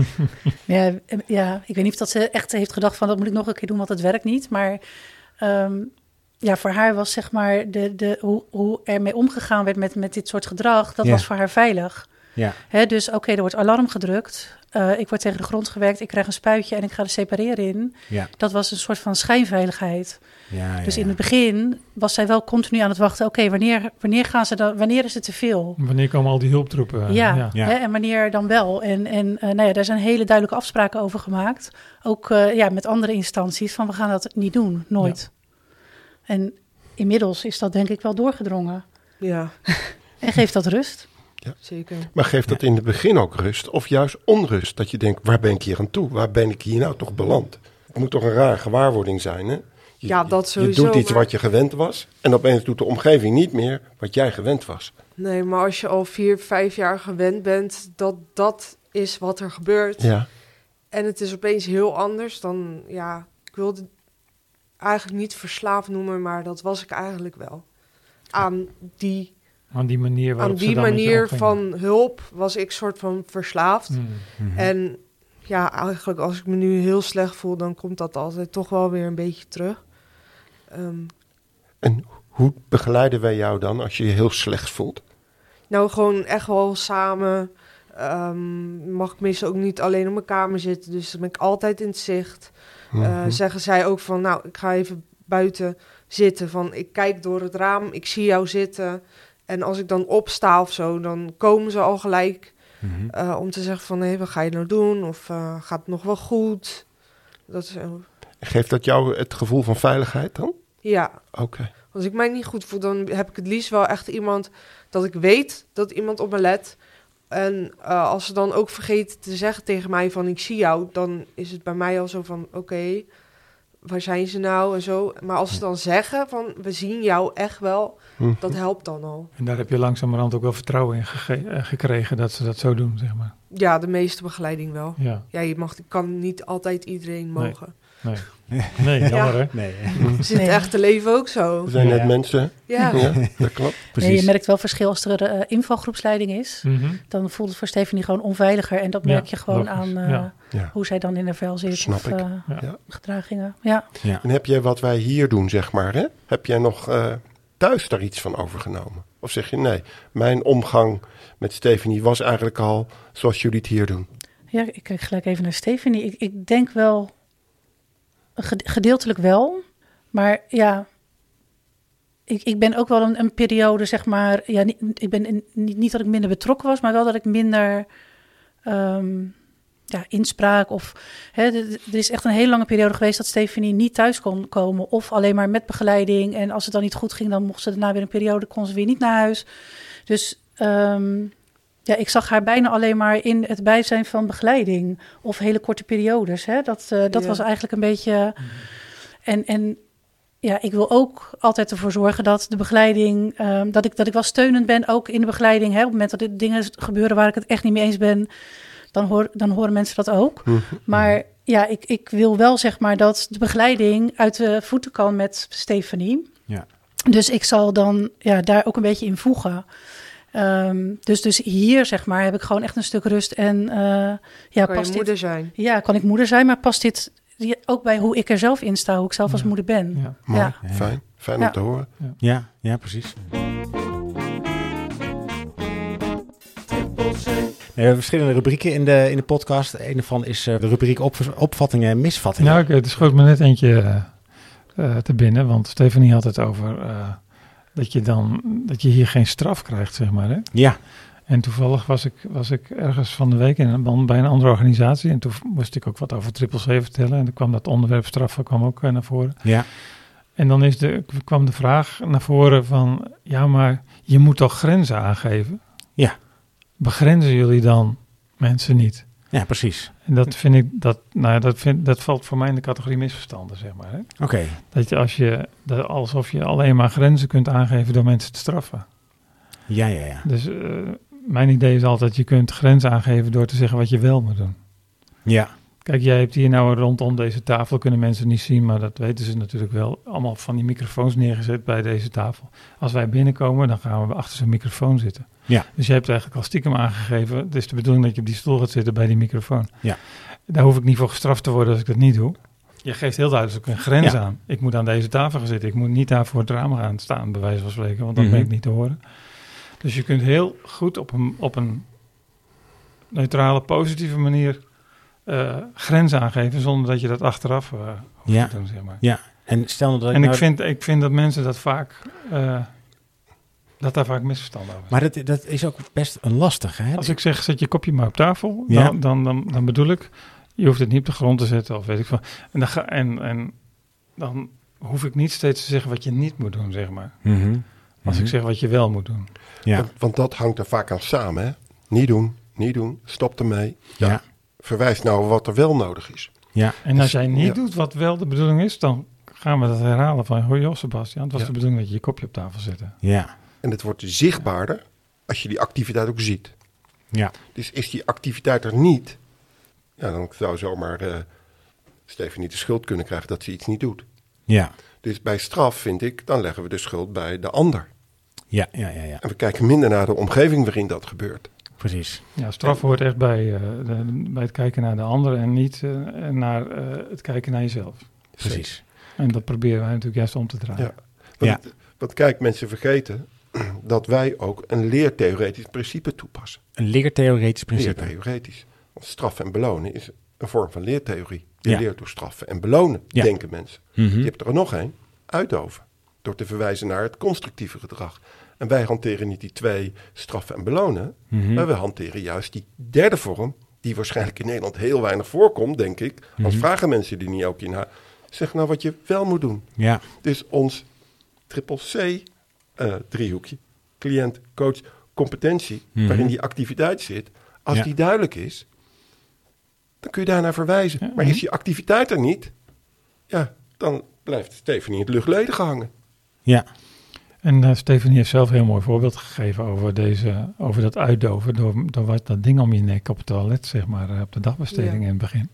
Ja, ja, ik weet niet of dat ze echt heeft gedacht van dat moet ik nog een keer doen, want het werkt niet. Maar um, ja, voor haar was zeg maar de, de, hoe, hoe ermee omgegaan werd met, met dit soort gedrag, dat Ja. was voor haar veilig. Ja, Hè, dus oké, okay, er wordt alarm gedrukt. Uh, ik word tegen de grond gewerkt, ik krijg een spuitje en ik ga er separeren in. ja, Dat was een soort van schijnveiligheid. ja. ja Dus ja. in het begin was zij wel continu aan het wachten. Oké, okay, wanneer, wanneer gaan ze dan? Wanneer is het te veel? Wanneer komen al die hulptroepen? Uh, Ja, ja. Ja. Hè, en wanneer dan wel? En, en uh, nou ja, daar zijn hele duidelijke afspraken over gemaakt. Ook uh, ja, met andere instanties van we gaan dat niet doen, nooit. Ja. En inmiddels is dat denk ik wel doorgedrongen. Ja, En geeft dat rust. Ja. zeker. Maar geeft dat in het begin ook rust of juist onrust? Dat je denkt, waar ben ik hier aan toe? Waar ben ik hier nou toch beland? Het moet toch een rare gewaarwording zijn, hè? Je, Ja, dat sowieso, Je doet iets maar- wat je gewend was en opeens doet de omgeving niet meer wat jij gewend was. Nee, maar als je al vier, vijf jaar gewend bent dat dat is wat er gebeurt... Ja. en het is opeens heel anders, dan ja, ik wilde het eigenlijk niet verslaafd noemen, maar dat was ik eigenlijk wel. Aan die, Aan die manier aan waarop die ze dan met je manier omgingen. van hulp was ik soort van verslaafd. Hmm. Mhm. En ja, eigenlijk als ik me nu heel slecht voel, dan komt dat altijd toch wel weer een beetje terug. Um, En hoe begeleiden wij jou dan als je je heel slecht voelt? nou, gewoon echt wel samen. Um, mag ik meestal ook niet alleen op mijn kamer zitten, dus dan ben ik altijd in het zicht. Uh, Mhm. Zeggen zij ook van, nou, ik ga even buiten zitten. Van, ik kijk door het raam, ik zie jou zitten. En als ik dan opsta of zo, dan komen ze al gelijk Mhm. uh, om te zeggen van, hé, wat ga je nou doen? Of uh, gaat het nog wel goed? Dat is, uh, Geeft dat jou het gevoel van veiligheid dan? ja, Oké. als ik mij niet goed voel, dan heb ik het liefst wel echt iemand dat ik weet dat iemand op me let. En uh, als ze dan ook vergeten te zeggen tegen mij van, ik zie jou, dan is het bij mij al zo van, oké, okay, waar zijn ze nou en zo. Maar als ze dan zeggen van, we zien jou echt wel, Hm. dat helpt dan al. En daar heb je langzamerhand ook wel vertrouwen in gege- uh, gekregen dat ze dat zo doen, zeg maar. Ja, de meeste begeleiding wel. Ja, Ja, je mag, kan niet altijd iedereen Nee. mogen. nee. Nee, jammer hè? Nee, Het is in het Nee. echte leven ook zo. We zijn Ja. net mensen. Ja. Ja, dat klopt. precies. Nee, je merkt wel verschil als er uh, invalgroepsleiding is. Mhm. Dan voelt het voor Stephanie gewoon onveiliger. En dat Ja, merk je gewoon logisch. aan uh, Ja. Ja. hoe zij dan in haar vel zit. Snap of ik. uh, Ja. Ja. gedragingen. Ja. Ja. En heb jij wat wij hier doen, zeg maar, hè? Heb jij nog uh, thuis daar iets van overgenomen? Of zeg je, nee, mijn omgang met Stephanie was eigenlijk al zoals jullie het hier doen? Ja, ik kijk gelijk even naar Stephanie. Ik, ik denk wel, gedeeltelijk wel. Maar ja, ik, ik ben ook wel een, een periode, zeg maar... Ja, niet, ik ben in, niet, niet dat ik minder betrokken was, maar wel dat ik minder... Um, ja, inspraak of... Hè, er is echt een hele lange periode geweest dat Stephanie niet thuis kon komen. Of alleen maar met begeleiding. En als het dan niet goed ging, dan mocht ze daarna weer een periode... kon ze weer niet naar huis. Dus... Um, Ja, ik zag haar bijna alleen maar in het bijzijn van begeleiding. Of hele korte periodes. Hè? Dat, uh, dat ja. was eigenlijk een beetje... En, en ja, ik wil ook altijd ervoor zorgen dat de begeleiding... Um, dat, ik, dat ik wel steunend ben, ook in de begeleiding. Hè? Op het moment dat er dingen gebeuren waar ik het echt niet mee eens ben... dan, hoor, dan horen mensen dat ook. Mm-hmm. Maar ja, ik, ik wil wel zeg maar dat de begeleiding uit de voeten kan met Stephanie. Ja. Dus ik zal dan ja, daar ook een beetje in voegen... Um, dus, dus hier, zeg maar, heb ik gewoon echt een stuk rust. En uh, ja, Kan past je moeder dit, zijn. Ja, kan ik moeder zijn, maar past dit ook bij hoe ik er zelf in sta, hoe ik zelf als Ja. moeder ben. Ja. Mooi, Ja. fijn. Fijn Ja. om te horen. Ja, ja, precies. We hebben verschillende rubrieken in de, in de podcast. Een daarvan is uh, de rubriek op, opvattingen en misvattingen. Nou, oké, er schoot me net eentje uh, uh, te binnen, want Stephanie had het over uh, dat je dan dat je hier geen straf krijgt, zeg maar. Hè? Ja. En toevallig was ik, was ik ergens van de week in een, bij een andere organisatie en toen moest ik ook wat over triple C vertellen en dan kwam dat onderwerp straffen kwam ook uh, naar voren. Ja. En dan is de, kwam de vraag naar voren van, ja, maar je moet toch grenzen aangeven? Ja. Begrenzen jullie dan mensen niet? Ja, precies. En dat vind ik, dat, nou ja, dat, vind, dat valt voor mij in de categorie misverstanden, zeg maar. Hè? Oké. Okay. Dat je als je, dat alsof je alleen maar grenzen kunt aangeven door mensen te straffen. Ja, ja, ja. Dus uh, mijn idee is altijd, je kunt grenzen aangeven door te zeggen wat je wel moet doen. Ja. Kijk, jij hebt hier nou rondom deze tafel, kunnen mensen niet zien, maar dat weten ze natuurlijk wel. Allemaal van die microfoons neergezet bij deze tafel. Als wij binnenkomen, dan gaan we achter zo'n microfoon zitten. Ja. Dus je hebt eigenlijk al stiekem aangegeven, het is de bedoeling dat je op die stoel gaat zitten bij die microfoon. Ja. Daar hoef ik niet voor gestraft te worden als ik dat niet doe. Je geeft heel duidelijk een grens Ja. aan. Ik moet aan deze tafel gaan zitten. Ik moet niet daar voor het raam gaan staan, bij wijze van spreken, want dan Mm-hmm. ben ik niet te horen. Dus je kunt heel goed op een, op een neutrale, positieve manier uh, grenzen aangeven, zonder dat je dat achteraf uh, hoeft Ja. te doen, zeg maar. Ja. En stel dat ik En nou... ik, vind, ik vind dat mensen dat vaak, uh, dat daar vaak misverstanden over zijn. Maar dat, dat is ook best een lastige, hè? Als ik zeg, zet je kopje maar op tafel, Ja. dan, dan, dan, dan bedoel ik, je hoeft het niet op de grond te zetten of weet ik veel. En dan, ga, en, en dan hoef ik niet steeds te zeggen wat je niet moet doen, zeg maar. Mm-hmm. Als Mm-hmm. ik zeg wat je wel moet doen. Ja. Want, want dat hangt er vaak aan samen, hè? Niet doen, niet doen, stop ermee. Ja. Ja. Verwijs nou wat er wel nodig is. Ja. En als jij niet Ja. doet wat wel de bedoeling is, dan gaan we dat herhalen van, hoi joh Sebastian, het was Ja. de bedoeling dat je je kopje op tafel zette. Ja. En het wordt zichtbaarder als je die activiteit ook ziet. Ja. Dus is die activiteit er niet, ja, dan zou zomaar uh, Stephanie de schuld kunnen krijgen dat ze iets niet doet. Ja. Dus bij straf, vind ik, dan leggen we de schuld bij de ander. Ja, ja, ja, ja. En we kijken minder naar de omgeving waarin dat gebeurt. Precies. Ja, straf hoort echt bij, uh, de, bij het kijken naar de ander en niet uh, naar uh, het kijken naar jezelf. Precies. En dat proberen wij natuurlijk juist om te draaien. Ja. Want, Ja. het, want kijk, mensen vergeten dat wij ook een leertheoretisch principe toepassen. Een leertheoretisch principe. Leertheoretisch. Want straffen en belonen is een vorm van leertheorie. Je Ja. leert door straffen en belonen, Ja. denken mensen. Mm-hmm. Je hebt er nog één, uitdoven. Door te verwijzen naar het constructieve gedrag. En wij hanteren niet die twee, straffen en belonen. Mm-hmm. Maar we hanteren juist die derde vorm, die waarschijnlijk in Nederland heel weinig voorkomt, denk ik. Mm-hmm. Als vragen mensen die niet ook in haar. Zeg nou wat je wel moet doen. Ja. Dus ons triple C uh, driehoekje, cliënt, coach, competentie, Mm-hmm. waarin die activiteit zit. Als Ja. die duidelijk is, dan kun je daarnaar verwijzen. Ja. Maar is die activiteit er niet, ja, dan blijft Stephanie in het luchtledige hangen. Ja. En uh, Stephanie heeft zelf een heel mooi voorbeeld gegeven over, deze, over dat uitdoven. Door, door wat, dat ding om je nek op het toilet, zeg maar, uh, op de dagbesteding ja. in het begin.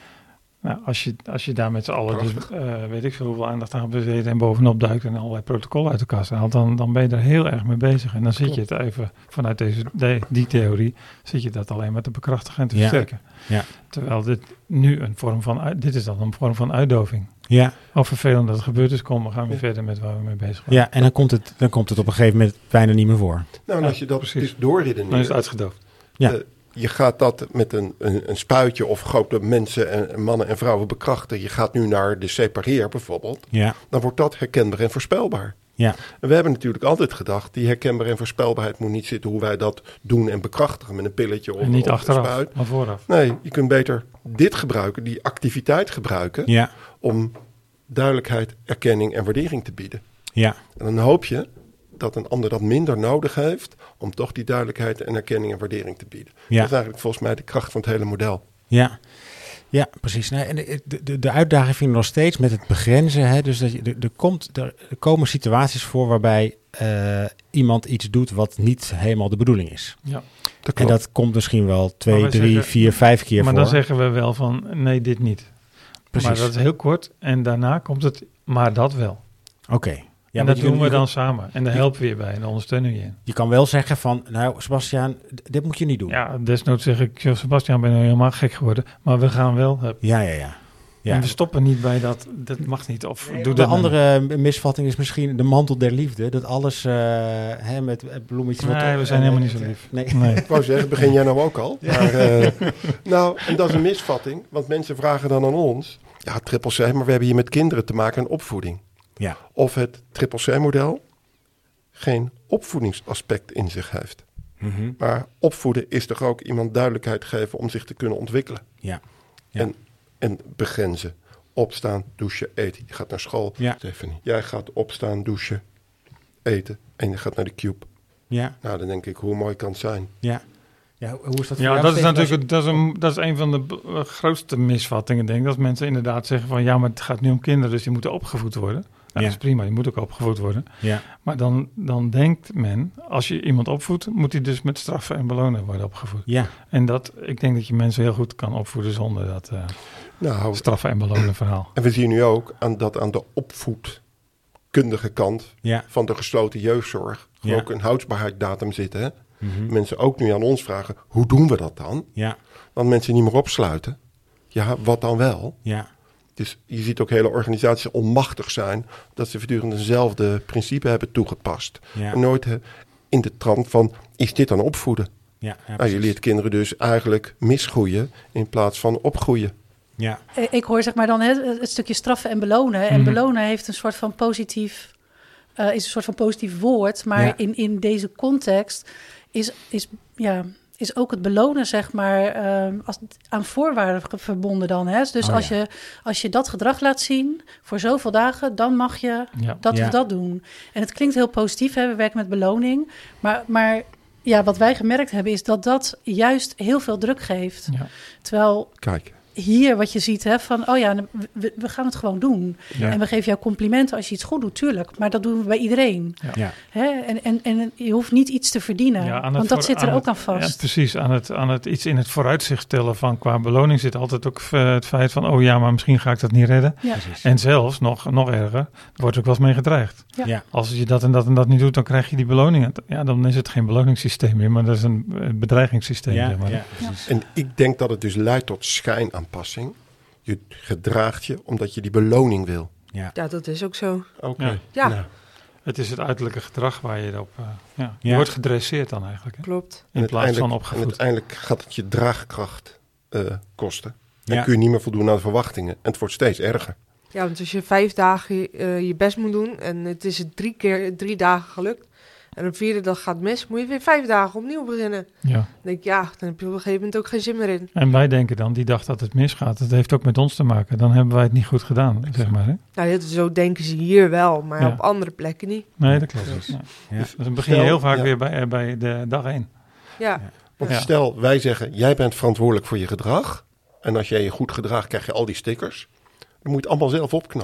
Nou, als je, als je daar met z'n allen, dus, uh, weet ik veel hoeveel aandacht aan besteedt en bovenop duikt en allerlei protocollen uit de kast haalt, dan, dan ben je er heel erg mee bezig. En dan zit je het even, vanuit deze, de, die theorie, zit je dat alleen maar te bekrachtigen en te ja. versterken. Ja. Terwijl dit nu een vorm van, uit, dit is dan een vorm van uitdoving. Ja. Al vervelend dat het gebeurd is, kom, we gaan weer ja. verder met waar we mee bezig zijn. Ja, en dan komt, het, dan komt het op een gegeven moment bijna niet meer voor. Nou, en als je dat ja, dus doorredeneert, dan is het uitgedoofd. Ja. Uh, je gaat dat met een, een, een spuitje of grote mensen en mannen en vrouwen bekrachten. Je gaat nu naar de separeer bijvoorbeeld. Ja. Dan wordt dat herkenbaar en voorspelbaar. Ja. En we hebben natuurlijk altijd gedacht, die herkenbaar en voorspelbaarheid moet niet zitten hoe wij dat doen en bekrachtigen met een pilletje of, en niet of achteraf, een spuit. maar vooraf. Nee, je kunt beter dit gebruiken, die activiteit gebruiken, ja. om duidelijkheid, erkenning en waardering te bieden. Ja. En dan hoop je dat een ander dat minder nodig heeft om toch die duidelijkheid en erkenning en waardering te bieden. Ja. Dat is eigenlijk volgens mij de kracht van het hele model. Ja, ja precies. Nee, en de, de, de uitdaging vind ik nog steeds met het begrenzen. Hè, dus dat je, er, er, komt, er komen situaties voor waarbij uh, iemand iets doet wat niet helemaal de bedoeling is. Ja. Dat en dat komt misschien wel twee, drie, zeggen, vier, vijf keer maar voor. Maar dan zeggen we wel van nee, dit niet. Precies. Maar dat is heel kort en daarna komt het maar dat wel. Oké. Okay. Ja, en dat doen we dan samen. En daar helpen we je bij en daar ondersteunen we je in. Je kan wel zeggen van, nou Sebastiaan, dit moet je niet doen. Ja, desnoods zeg ik, Sebastiaan, ben je helemaal gek geworden. Maar we gaan wel. Hup. Ja, ja, ja. ja. En we stoppen niet bij dat, dat mag niet. Of nee, doe de dat andere nou. misvatting is misschien de mantel der liefde. Dat alles uh, hè, met bloemetjes... Nee, wat, we zijn uh, helemaal niet zo lief. Nee. nee. Ik wou zeggen, begin jij nou ook al? Ja. Maar, uh, nou, en dat is een misvatting. Want mensen vragen dan aan ons, ja, triple C, maar we hebben hier met kinderen te maken en opvoeding. Ja. Of het triple C-model geen opvoedingsaspect in zich heeft. Mm-hmm. Maar opvoeden is toch ook iemand duidelijkheid geven om zich te kunnen ontwikkelen. Ja. Ja. En, en begrenzen. Opstaan, douchen, eten. Je gaat naar school, ja. Stephanie. Jij gaat opstaan, douchen, eten en je gaat naar de cube. Ja. Nou, dan denk ik, hoe mooi kan het zijn? Ja. Ja, hoe is dat voor ja, jou? dat is natuurlijk je... dat is, een, dat is een van de uh, grootste misvattingen, denk ik. Dat mensen inderdaad zeggen van, ja, maar het gaat nu om kinderen, dus die moeten opgevoed worden. Nou, ja. dat is prima, die moet ook opgevoed worden. Ja. Maar dan, dan denkt men, als je iemand opvoedt, moet hij dus met straffen en belonen worden opgevoed. Ja. En dat, ik denk dat je mensen heel goed kan opvoeden zonder dat uh, nou, straffen en belonen verhaal. En we zien nu ook aan dat aan de opvoedkundige kant ja. van de gesloten jeugdzorg ja. ook een houdbaarheidsdatum zitten. Hè? Mm-hmm. Mensen ook nu aan ons vragen, hoe doen we dat dan? Ja. Want mensen niet meer opsluiten. Ja, wat dan wel? Ja. Dus je ziet ook hele organisaties onmachtig zijn dat ze voortdurend dezelfde principe hebben toegepast. Ja. En nooit uh, in de trant van, is dit dan opvoeden? Ja, ja, nou, je leert kinderen dus eigenlijk misgroeien in plaats van opgroeien. Ja. Ik hoor zeg maar dan het, het stukje straffen en belonen. En mm-hmm. belonen heeft een soort van positief, uh, is een soort van positief woord. Maar ja. in, in deze context is, is ja... is ook het belonen, zeg maar, uh, als, aan voorwaarden verbonden dan. Hè? Dus oh, als, ja. je, als je dat gedrag laat zien voor zoveel dagen, dan mag je ja. dat ja. of dat doen. En het klinkt heel positief, hè? We werken met beloning. Maar, maar ja, wat wij gemerkt hebben, is dat dat juist heel veel druk geeft. Ja. Terwijl... Kijk. Hier wat je ziet, hè, van oh ja, we, we gaan het gewoon doen. Ja. En we geven jou complimenten als je iets goed doet, tuurlijk. Maar dat doen we bij iedereen. Ja. Ja. Hè? En, en, en je hoeft niet iets te verdienen, ja, want dat voor, zit er aan ook het, aan vast. Ja, precies, aan het, aan het iets in het vooruitzicht stellen van qua beloning zit altijd ook uh, het feit van oh ja, maar misschien ga ik dat niet redden. Ja. En zelfs, nog, nog erger, er wordt ook wel eens mee gedreigd. Ja. Ja. Als je dat en dat en dat niet doet, dan krijg je die beloningen. Ja, dan is het geen beloningssysteem meer, maar dat is een bedreigingssysteem. Ja, zeg maar. ja, precies. En ik denk dat het dus leidt tot schijnaanpassing. Je gedraagt je omdat je die beloning wil. Ja, ja dat is ook zo. Oké. Okay. Ja. Ja. Nou. Het is het uiterlijke gedrag waar je op... Uh, ja. Je Ja. wordt gedresseerd dan eigenlijk. Hè? Klopt. In En plaats van En opgevoed. uiteindelijk gaat het je draagkracht uh, kosten. Ja. Dan kun je niet meer voldoen aan de verwachtingen. En het wordt steeds erger. Ja, want als je vijf dagen uh, je best moet doen en het is drie keer drie dagen gelukt en op vierde dag gaat mis, moet je weer vijf dagen opnieuw beginnen. Ja. Dan denk ik, ja, dan heb je op een gegeven moment ook geen zin meer in. En wij denken dan, die dag dat het misgaat, dat heeft ook met ons te maken. Dan hebben wij het niet goed gedaan, zeg maar. Hè? Nou, ja, zo denken ze hier wel, maar Ja. op andere plekken niet. Nee, dat klopt. Ja. Ja. Dus dan begin je Stel, heel vaak ja. weer bij, bij de dag één. Ja, Ja. Want Ja. stel, wij zeggen, jij bent verantwoordelijk voor je gedrag. En als jij je goed gedraagt, krijg je al die stickers. Dan moet je het allemaal zelf opknappen.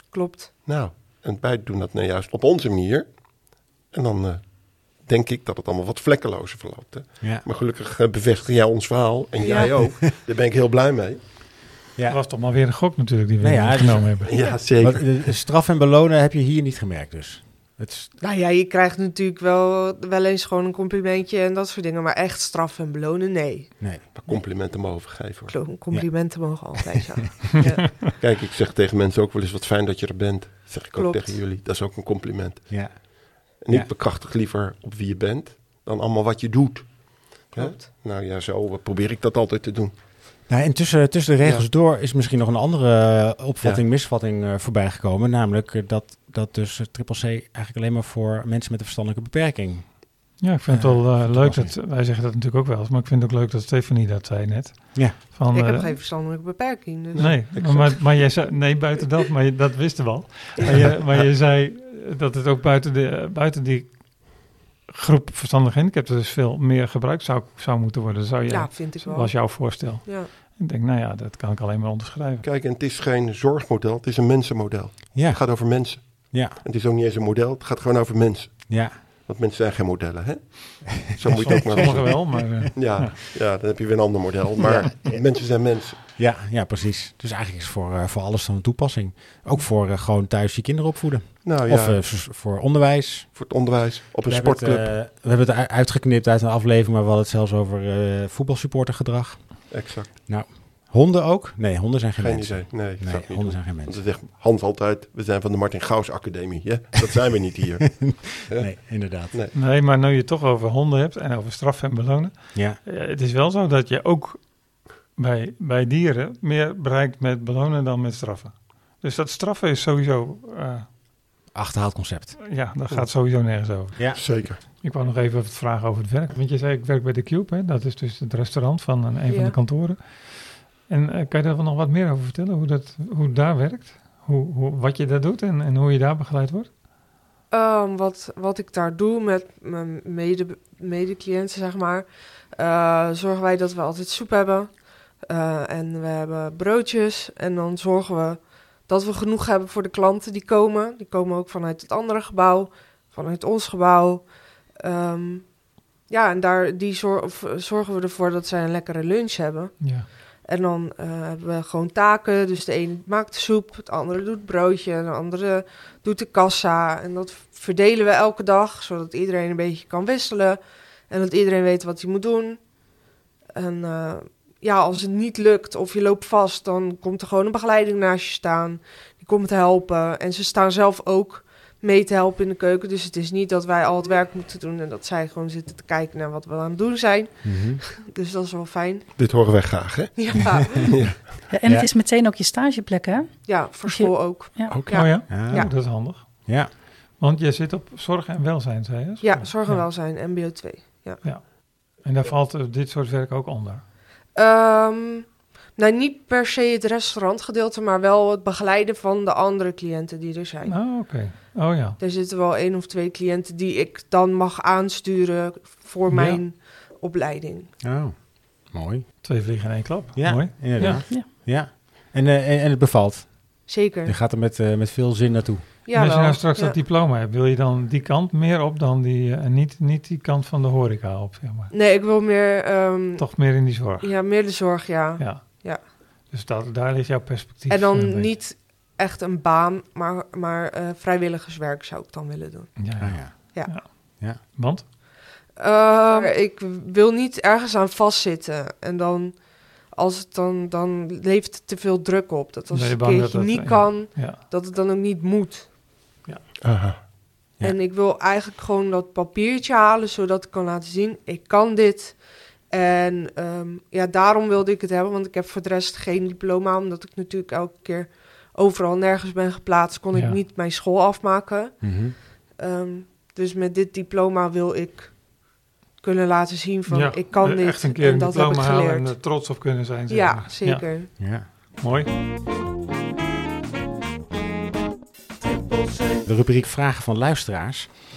Klopt. Nou, en wij doen dat nou juist op onze manier. En dan uh, denk ik dat het allemaal wat vlekkelozer verloopt. Hè? Ja. Maar gelukkig uh, bevestig jij ons verhaal. En Ja. jij ook. Daar ben ik heel blij mee. Ja. Dat was toch maar weer een gok natuurlijk die we Nee, ja, genomen hebben. Ja, zeker. Maar de, de straf en belonen heb je hier niet gemerkt dus? Het is, Nou ja, je krijgt natuurlijk wel, wel eens gewoon een complimentje en dat soort dingen. Maar echt straf en belonen, nee. nee. Maar complimenten mogen geven. Hoor. Klo- Complimenten mogen altijd, ja. ja. Kijk, ik zeg tegen mensen ook wel eens wat fijn dat je er bent. Dat zeg ik ook Klopt. tegen jullie. Dat is ook een compliment. Ja. En ik Ja. bekrachtig liever op wie je bent dan allemaal wat je doet. Klopt. Hè? Nou ja, zo probeer ik dat altijd te doen. Nou, en tussen, tussen de regels Ja. door is misschien nog een andere uh, opvatting, ja. misvatting uh, voorbij gekomen. Namelijk uh, dat, dat dus uh, Triple C eigenlijk alleen maar voor mensen met een verstandelijke beperking. Ja, ik vind Uh, het wel uh, leuk was dat, wij zeggen dat natuurlijk ook wel eens, maar ik vind het ook leuk dat Stefanie dat zei net. Ja. Van, Ik uh, heb geen verstandelijke beperking. Dus. Nee, maar, maar, maar jij zei, nee, buiten dat, maar je, dat wisten we al. Maar je, maar je zei dat het ook buiten, de, uh, buiten die groep verstandig gehandicapten dus veel meer gebruikt zou, zou moeten worden. Zou je, Ja, vind ik wel. was jouw voorstel. Ja. Ik denk, nou ja, dat kan ik alleen maar onderschrijven. Kijk, en het is geen zorgmodel, het is een mensenmodel. Ja. Het gaat over mensen. Ja. En het is ook niet eens een model, het gaat gewoon over mensen. Ja. Want mensen zijn geen modellen, hè? Zo moet je het ook maar Sommigen wel, maar... Uh, ja, ja. ja, dan heb je weer een ander model. Maar ja. mensen zijn mensen. Ja, ja, precies. Dus eigenlijk is het voor, uh, voor alles dan een toepassing. Ook voor uh, gewoon thuis je kinderen opvoeden. Nou, ja. Of uh, voor onderwijs. Voor het onderwijs, op een we sportclub. Hebben het, uh, we hebben het uitgeknipt uit een aflevering, maar we hadden het zelfs over uh, voetbalsupportergedrag. Exact. Nou, honden ook? Nee, honden zijn geen, geen mensen. Idee. Nee, nee honden doen. zijn geen mensen. Want dan zegt Hans altijd, we zijn van de Martin Gauws Academie. Ja? Dat zijn we niet hier. Nee, inderdaad. Nee. nee, maar nu je het toch over honden hebt en over straffen en belonen. Ja. Uh, het is wel zo dat je ook bij, bij dieren meer bereikt met belonen dan met straffen. Dus dat straffen is sowieso... Uh, achterhaald concept. Ja, dat gaat sowieso nergens over. Ja, zeker. Ik wou nog even wat vragen over het werk. Want je zei, ik werk bij The Cube, hè? Dat is dus het restaurant van een, een ja. van de kantoren. En uh, kan je daar nog wat meer over vertellen? Hoe dat hoe het daar werkt? Hoe, hoe, wat je daar doet en, en hoe je daar begeleid wordt? Um, wat, wat ik daar doe met mijn mede, mede-cliënten, zeg maar... Uh, zorgen wij dat we altijd soep hebben. Uh, en we hebben broodjes. En dan zorgen we dat we genoeg hebben voor de klanten die komen. Die komen ook vanuit het andere gebouw, vanuit ons gebouw. Um, ja, en daar die zor- zorgen we ervoor dat zij een lekkere lunch hebben. Ja. En dan uh, hebben we gewoon taken. Dus de een maakt de soep, het andere doet het broodje, de andere doet de kassa. En dat verdelen we elke dag, zodat iedereen een beetje kan wisselen. En dat iedereen weet wat hij moet doen. En uh, ja, als het niet lukt of je loopt vast, dan komt er gewoon een begeleiding naast je staan. Die komt helpen. En ze staan zelf ook mee te helpen in de keuken. Dus het is niet dat wij al het werk moeten doen en dat zij gewoon zitten te kijken naar wat we aan het doen zijn. Mm-hmm. Dus dat is wel fijn. Dit horen wij graag, hè? Ja, ja. ja en het is meteen ook je stageplek, hè? Ja, voor school je... ook. Ja. Okay. Ja. Oh ja? ja? Oh, dat is handig. Ja. Want je zit op zorg en welzijn, zei je? Ja, zorg en ja. welzijn, M B O twee. Ja. ja. En daar valt uh, dit soort werk ook onder? Um, nou, niet per se het restaurantgedeelte, maar wel het begeleiden van de andere cliënten die er zijn. Oh, oké. Okay. Oh ja. Er zitten wel één of twee cliënten die ik dan mag aansturen voor mijn ja. opleiding. Oh, mooi. Twee vliegen in één klap. Ja, mooi. Inderdaad. Ja. ja. En, uh, en het bevalt? Zeker. Je gaat er met, uh, met veel zin naartoe. Ja, en als je wel. nou straks ja. dat diploma hebt, wil je dan die kant meer op dan die, en uh, niet, niet die kant van de horeca op, zeg maar? Nee, ik wil meer... Um, Toch meer in die zorg? Ja, meer de zorg, ja. Ja. ja. Dus dat, daar ligt jouw perspectief. En dan uh, niet echt een baan, maar, maar uh, vrijwilligerswerk zou ik dan willen doen. Ja, ja. Ah, ja. ja. ja. ja. Want? Uh, ik wil niet ergens aan vastzitten. En dan... Als het dan, dan levert het te veel druk op. Dat als het een keertje dat niet dat, kan, ja. Ja. dat het dan ook niet moet. Ja. Aha. Ja. En ik wil eigenlijk gewoon dat papiertje halen, zodat ik kan laten zien, ik kan dit. En um, ja, daarom wilde ik het hebben, want ik heb voor de rest geen diploma, omdat ik natuurlijk elke keer overal nergens ben geplaatst, kon ja. ik niet mijn school afmaken. Mm-hmm. Um, dus met dit diploma wil ik kunnen laten zien van, ja, ik kan dit. Echt een keer en een dat heb ik diploma halen geleerd. en er trots op kunnen zijn. Ja, maar. zeker. Ja. Ja. Mooi. De rubriek vragen van luisteraars.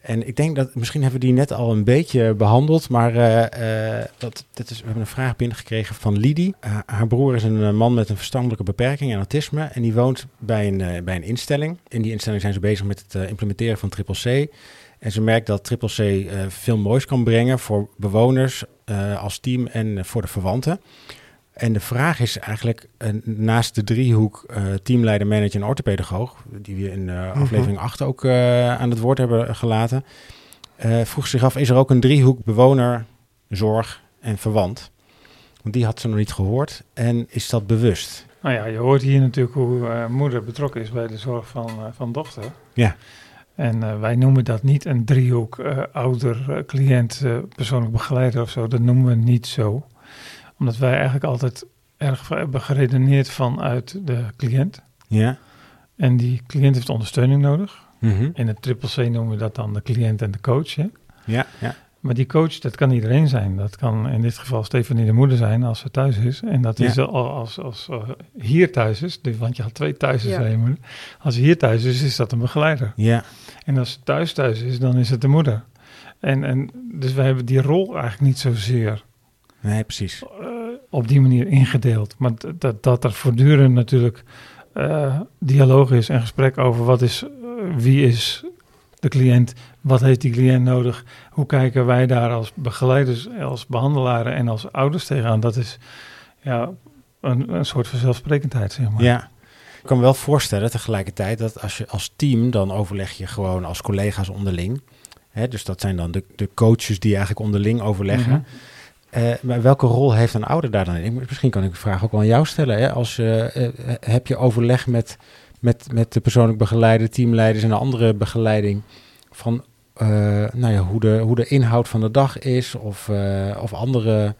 En ik denk dat, misschien hebben we die net al een beetje behandeld, maar uh, uh, dat, dat is, we hebben een vraag binnengekregen van Lidie. Uh, haar broer is een uh, man met een verstandelijke beperking en autisme en die woont bij een, uh, bij een instelling. In die instelling zijn ze bezig met het uh, implementeren van triple C. En ze merkt dat triple C uh, veel moois kan brengen voor bewoners uh, als team en uh, voor de verwanten. En de vraag is eigenlijk, uh, naast de driehoek uh, teamleider, manager en orthopedagoog, die we in uh, mm-hmm. aflevering acht ook uh, aan het woord hebben gelaten, uh, vroeg zich af, is er ook een driehoek bewoner, zorg en verwant? Want die had ze nog niet gehoord. En is dat bewust? Nou ja, je hoort hier natuurlijk hoe uh, moeder betrokken is bij de zorg van, uh, van dochter. Ja. En uh, wij noemen dat niet een driehoek, uh, ouder, uh, cliënt, uh, persoonlijk begeleider of zo. Dat noemen we niet zo. Omdat wij eigenlijk altijd erg hebben geredeneerd vanuit de cliënt. Ja. En die cliënt heeft ondersteuning nodig. Mm-hmm. In het triple C noemen we dat dan de cliënt en de coach. Hè? Ja, ja. Maar die coach, dat kan iedereen zijn. Dat kan in dit geval Stefanie de moeder zijn als ze thuis is. En dat ja. is al als, als uh, hier thuis is, want je had twee thuis is ja. je moeder. Als ze hier thuis is, is dat een begeleider. Ja. En als ze thuis thuis is, dan is het de moeder. En, en dus wij hebben die rol eigenlijk niet zozeer nee, precies. Uh, op die manier ingedeeld. Maar d- dat, dat er voortdurend natuurlijk uh, dialoog is en gesprek over wat is, uh, wie is de cliënt, wat heeft die cliënt nodig, hoe kijken wij daar als begeleiders, als behandelaren en als ouders tegenaan. Dat is ja, een, een soort vanzelfsprekendheid, zeg maar. Ja. Ik kan me wel voorstellen tegelijkertijd dat als je als team, dan overleg je gewoon als collega's onderling. Hè, dus dat zijn dan de, de coaches die eigenlijk onderling overleggen. Mm-hmm. Uh, maar welke rol heeft een ouder daar dan in? Misschien kan ik de vraag ook wel aan jou stellen. Hè? Als, uh, uh, heb je overleg met, met, met de persoonlijk begeleider, teamleiders en de andere begeleiding van uh, nou ja, hoe, de, hoe de inhoud van de dag is of, uh, of andere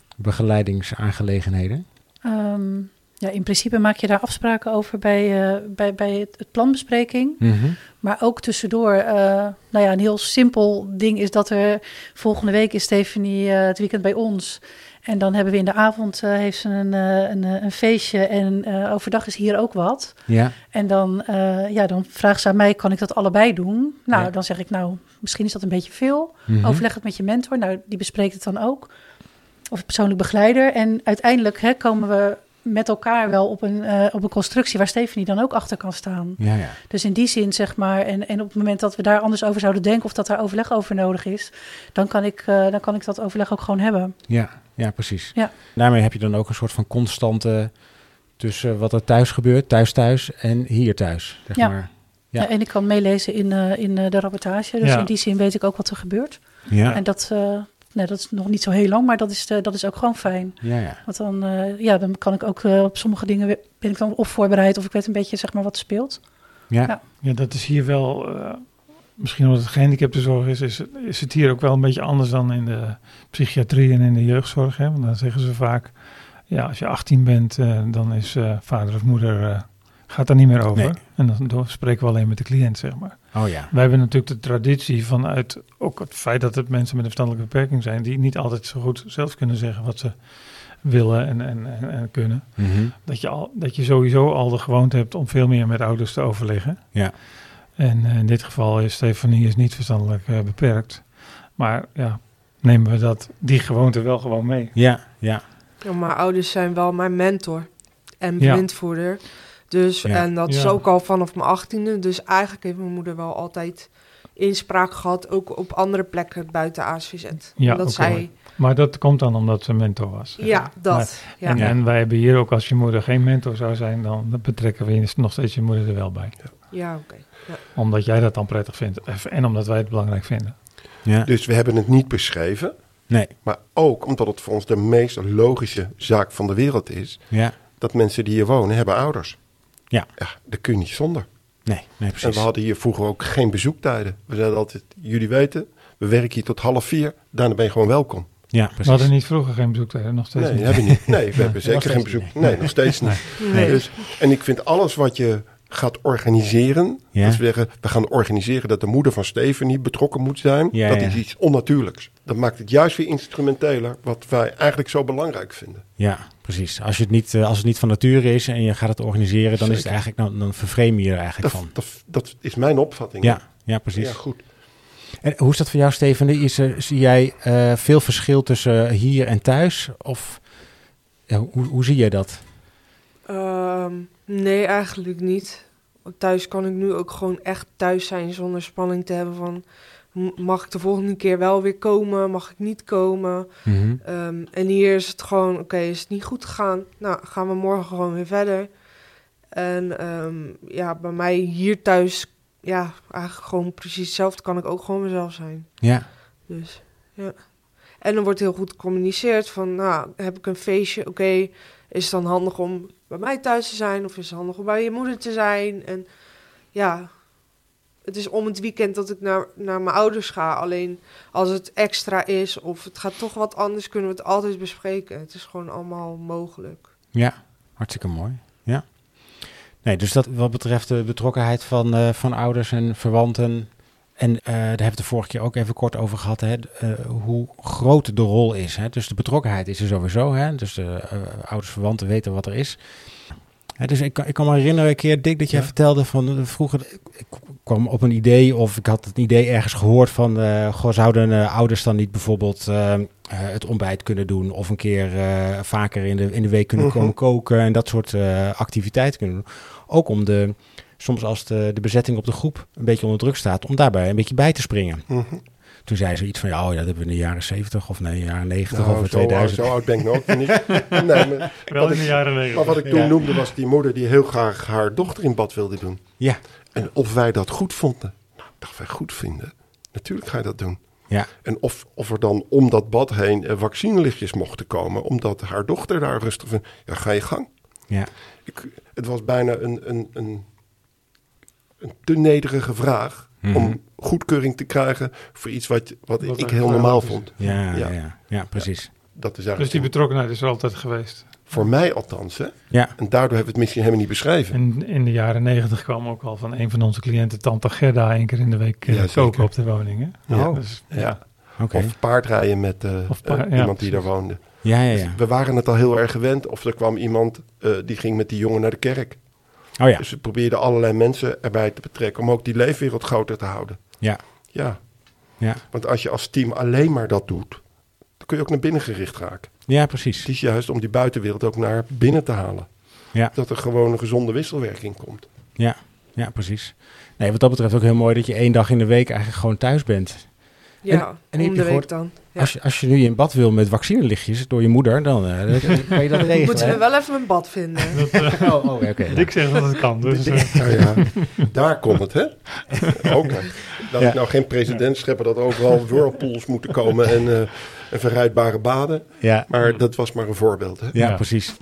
begeleidingsaangelegenheden? Um, ja, in principe maak je daar afspraken over bij, uh, bij, bij het, het planbespreking. Mm-hmm. Maar ook tussendoor, uh, nou ja, een heel simpel ding is dat er volgende week is Stefanie uh, het weekend bij ons. En dan hebben we in de avond, uh, heeft ze een, uh, een, een feestje en uh, overdag is hier ook wat. Ja. En dan, uh, ja, dan vraagt ze aan mij, kan ik dat allebei doen? Nou, ja. dan zeg ik, nou, misschien is dat een beetje veel. Mm-hmm. Overleg het met je mentor, nou, die bespreekt het dan ook. Of persoonlijk begeleider. En uiteindelijk hè, komen we met elkaar wel op een, uh, op een constructie waar Stefanie dan ook achter kan staan. Ja, ja. Dus in die zin, zeg maar, en, en op het moment dat we daar anders over zouden denken of dat daar overleg over nodig is, dan kan ik, uh, dan kan ik dat overleg ook gewoon hebben. Ja, ja, precies. Ja. Daarmee heb je dan ook een soort van constante tussen wat er thuis gebeurt, thuis thuis en hier thuis, zeg ja. maar. Ja. Ja. En ik kan meelezen in, uh, in uh, de rapportage, dus ja. in die zin weet ik ook wat er gebeurt. Ja. En dat, uh, nee, dat is nog niet zo heel lang, maar dat is, uh, dat is ook gewoon fijn. Ja, ja. Want dan, uh, ja, dan kan ik ook uh, op sommige dingen weer, ben ik dan of voorbereid of ik weet een beetje zeg maar wat er speelt. Ja. Ja. Ja, dat is hier wel, uh, misschien omdat het gehandicaptenzorg is, is, is het hier ook wel een beetje anders dan in de psychiatrie en in de jeugdzorg. Hè? Want dan zeggen ze vaak, ja, als je achttien bent, uh, dan is uh, vader of moeder, uh, gaat er niet meer over. Nee. En dan, dan spreken we alleen met de cliënt, zeg maar. Oh ja. Wij hebben natuurlijk de traditie vanuit ook het feit dat het mensen met een verstandelijke beperking zijn, die niet altijd zo goed zelf kunnen zeggen wat ze willen en, en, en, en kunnen. Mm-hmm. Dat je, al, dat je sowieso al de gewoonte hebt om veel meer met ouders te overleggen. Ja. En uh, in dit geval is Stefanie is niet verstandelijk uh, beperkt. Maar ja, nemen we dat, die gewoonte wel gewoon mee. Ja, ja. Ja, mijn ouders zijn wel mijn mentor en Ja. blindvoerder. Dus, Ja. en dat is Ja. ook al vanaf mijn achttiende. Dus eigenlijk heeft mijn moeder wel altijd inspraak gehad, ook op andere plekken buiten A S V Z. Ja, dat oké. zij, Maar dat komt dan omdat ze mentor was. zeg ja, maar. dat. Maar- ja. En, Ja. en wij hebben hier ook, als je moeder geen mentor zou zijn, dan betrekken we je nog steeds je moeder er wel bij. Ja, oké. Ja. Omdat jij dat dan prettig vindt. En omdat wij het belangrijk vinden. Ja. Dus we hebben het niet beschreven, Nee. maar ook omdat het voor ons de meest logische zaak van de wereld is, Ja. dat mensen die hier wonen, hebben ouders. Ja. Ja, dat kun je niet zonder. Nee, nee, En precies. we hadden hier vroeger ook geen bezoektijden. We zeiden altijd, jullie weten, we werken hier tot half vier, daarna ben je gewoon welkom. Ja, We precies. hadden niet vroeger geen bezoektijden, nog steeds Nee, niet. hebben we niet. Nee, we hebben nog zeker steeds geen bezoek. niet. Nee, nog steeds niet. Nee. Dus, en ik vind alles wat je gaat organiseren, Ja. dat we zeggen, we gaan organiseren dat de moeder van Stefanie betrokken moet zijn, Ja, dat ja. is iets onnatuurlijks. Dat maakt het juist weer instrumenteler, wat wij eigenlijk zo belangrijk vinden. Ja, precies. Als, je het niet, uh, als het niet van nature is en je gaat het organiseren, dan is het Zeker. eigenlijk, dan, dan vervreem je er eigenlijk Dat, van. dat, dat is mijn opvatting. Ja, ja, precies. Ja, goed. En hoe is dat voor jou, Steven? Is er, zie jij uh, veel verschil tussen hier en thuis? Of ja, hoe, hoe zie jij dat? Um, nee, eigenlijk niet. Thuis kan ik nu ook gewoon echt thuis zijn zonder spanning te hebben van... mag ik de volgende keer wel weer komen? Mag ik niet komen? Mm-hmm. Um, en hier is het gewoon, oké, okay, is het niet goed gegaan? Nou, gaan we morgen gewoon weer verder. En um, ja, bij mij hier thuis... ja, eigenlijk gewoon precies hetzelfde kan ik ook gewoon mezelf zijn. Ja. Dus, ja. En dan wordt heel goed gecommuniceerd van, nou, heb ik een feestje, oké, okay, is het dan handig om bij mij thuis te zijn of is het handig om bij je moeder te zijn? En ja, het is om het weekend dat ik naar, naar mijn ouders ga. Alleen als het extra is of het gaat toch wat anders, kunnen we het altijd bespreken. Het is gewoon allemaal mogelijk. Ja, hartstikke mooi. Ja. Nee, dus dat wat betreft de betrokkenheid van, uh, van ouders en verwanten. En uh, daar hebben we het de vorige keer ook even kort over gehad, hè, uh, hoe groot de rol is. Hè. Dus de betrokkenheid is er sowieso. Hè. Dus de uh, ouders, verwanten weten wat er is. Hè, dus ik, ik kan me herinneren een keer, Dick, dat jij ja. vertelde van uh, vroeger... Ik kwam op een idee of ik had het idee ergens gehoord van... Uh, goh, zouden uh, ouders dan niet bijvoorbeeld uh, uh, het ontbijt kunnen doen... of een keer uh, vaker in de, in de week kunnen uh-huh. komen koken... en dat soort uh, activiteiten kunnen doen. Ook om de... soms als de, de bezetting op de groep een beetje onder druk staat... om daarbij een beetje bij te springen. Uh-huh. Toen zei ze iets van, ja, oh, ja, dat hebben we in de jaren zeventig of nee, jaren negentig nou, of zo, tweeduizend. Zo oud ben ik nog niet. Nee, maar, wel in de jaren negentig. Maar wat ik toen ja. noemde was die moeder die heel graag haar dochter in bad wilde doen. Ja. En of wij dat goed vonden. Nou, ik dacht, wij goed vinden. Natuurlijk ga je dat doen. Ja. En of, of er dan om dat bad heen uh, vaccinelichtjes mochten komen, omdat haar dochter daar rustig van, ja, ga je gang. Ja. Ik, het was bijna een, een, een, een te nederige vraag mm-hmm. om goedkeuring te krijgen voor iets wat, wat, wat ik heel normaal is. vond. Ja, ja. ja, ja precies. Ja, dat is dus die betrokkenheid is er altijd geweest? Voor mij althans, hè? Ja. En daardoor hebben we het misschien helemaal niet beschreven. En in de jaren negentig kwam ook al van een van onze cliënten, tante Gerda, één keer in de week uh, ja, koken op de woning. Hè? Ja. Oh. Dus, ja. ja. Okay. Of paardrijden met uh, paar, uh, iemand ja, die daar woonde. Ja, ja, ja. Dus we waren het al heel erg gewend. Of er kwam iemand uh, die ging met die jongen naar de kerk. Oh ja. Dus we probeerden allerlei mensen erbij te betrekken om ook die leefwereld groter te houden. Ja. Ja. Ja. Want als je als team alleen maar dat doet, dan kun je ook naar binnen gericht raken. Ja, precies. Het is juist om die buitenwereld ook naar binnen te halen. Ja. Dat er gewoon een gezonde wisselwerking komt. Ja, ja, precies. Nee, wat dat betreft ook heel mooi dat je één dag in de week eigenlijk gewoon thuis bent. Ja, en, en om de week dan. Ja. Als, je, als je nu in bad wil met vaccinelichtjes door je moeder, dan uh, kan je dat regelen. Moeten we wel even een bad vinden. dat, uh, oh, oh, oké. Okay, Dick zegt dat het kan. Dus, uh. nou ja, daar komt het, hè? Ook. Dat ja. ik nou geen president scheppen dat overal whirlpools moeten komen en, uh, en verrijdbare baden. Ja. Maar dat was maar een voorbeeld, hè? Ja, ja. precies.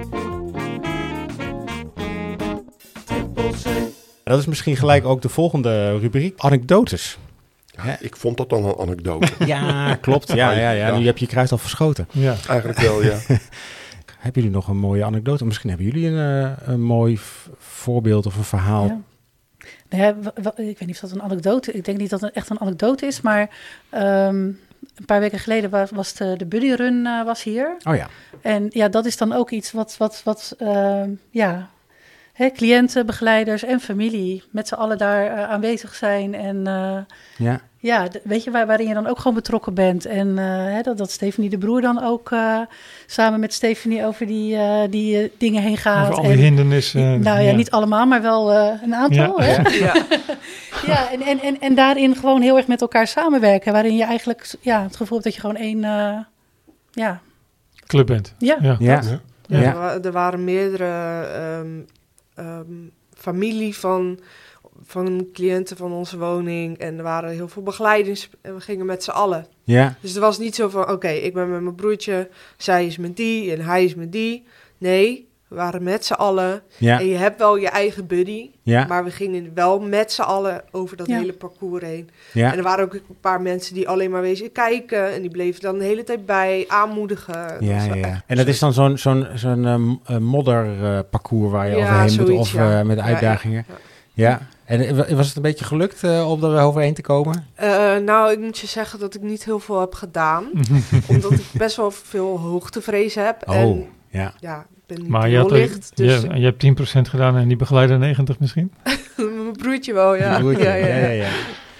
Dat is misschien gelijk ook de volgende rubriek, anekdotes. Ja, ik vond dat dan een anekdote. Ja, klopt. Ja, ja, ja. Nu heb je je kruid al verschoten. Ja. Eigenlijk wel, ja. Hebben jullie nog een mooie anekdote? Misschien hebben jullie een, uh, een mooi v- voorbeeld of een verhaal. Ja. Nou ja, w- w- ik weet niet of dat een anekdote is. Ik denk niet dat het echt een anekdote is, maar um, een paar weken geleden was, was de, de Buddy Run uh, was hier. Oh ja. En ja, dat is dan ook iets wat, wat, wat uh, ja... Hè, cliënten, begeleiders en familie met z'n allen daar uh, aanwezig zijn. En uh, ja, ja d- weet je, waar, waarin je dan ook gewoon betrokken bent. En uh, hè, dat, dat Stephanie de Broer dan ook uh, samen met Stephanie over die, uh, die uh, dingen heen gaat. Over al die hindernissen. Uh, nou ja, ja, niet allemaal, maar wel uh, een aantal. Ja, hè? ja. ja. ja en, en, en, en daarin gewoon heel erg met elkaar samenwerken. Waarin je eigenlijk ja, het gevoel hebt dat je gewoon één uh, ja. club bent. Ja, ja. ja. ja. ja. ja. Er, wa- er waren meerdere... Um, Um, familie van, van cliënten van onze woning. En er waren heel veel begeleidings. En we gingen met z'n allen. Ja. Dus er was niet zo van... Oké, okay, ik ben met mijn broertje. Zij is met die en hij is met die. Nee, we waren met z'n allen. Ja. En je hebt wel je eigen buddy. Ja. Maar we gingen wel met z'n allen over dat ja. hele parcours heen. Ja. En er waren ook een paar mensen die alleen maar wezen kijken. En die bleven dan de hele tijd bij, aanmoedigen. Ja, ja, ja. En dat is dan zo'n, zo'n, zo'n uh, modderparcours uh, waar je ja, overheen zoiets, moet of ja. uh, met uitdagingen. Ja, ja. ja. En was het een beetje gelukt uh, om er overheen te komen? Uh, nou, ik moet je zeggen dat ik niet heel veel heb gedaan. Omdat ik best wel veel hoogtevrees heb. Oh, en, ja. ja. Ben niet maar heel je, licht, je, dus je, je hebt tien procent gedaan en die begeleider negentig misschien? Mijn broertje wel, ja. Broertje. Ja, ja, ja. ja, ja, ja.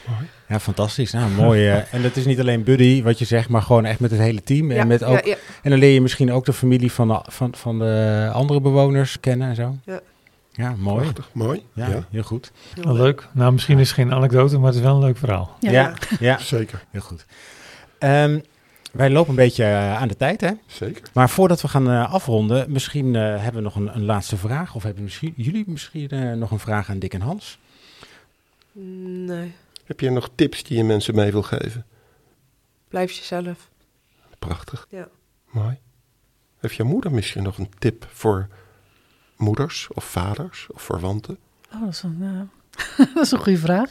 Ja, fantastisch. Nou, mooi. Uh, en dat is niet alleen buddy, wat je zegt, maar gewoon echt met het hele team. Ja, en, met ook, ja, ja. en dan leer je misschien ook de familie van de, van, van de andere bewoners kennen en zo. Ja. Ja, mooi. Prachtig, mooi. Ja, Ja. heel goed. Wel leuk. Nou, misschien is het geen anekdote, maar het is wel een leuk verhaal. Ja. Ja, ja, Zeker, heel goed. Um, wij lopen een beetje uh, aan de tijd, hè? zeker. Maar voordat we gaan uh, afronden, misschien uh, hebben we nog een, een laatste vraag. Of hebben misschien, jullie misschien uh, nog een vraag aan Dick en Hans? Nee. Heb je nog tips die je mensen mee wil geven? Blijf jezelf. Prachtig. Ja. Mooi. Heeft jouw moeder misschien nog een tip voor moeders of vaders of verwanten? Oh, dat is een, uh, dat is een goede vraag.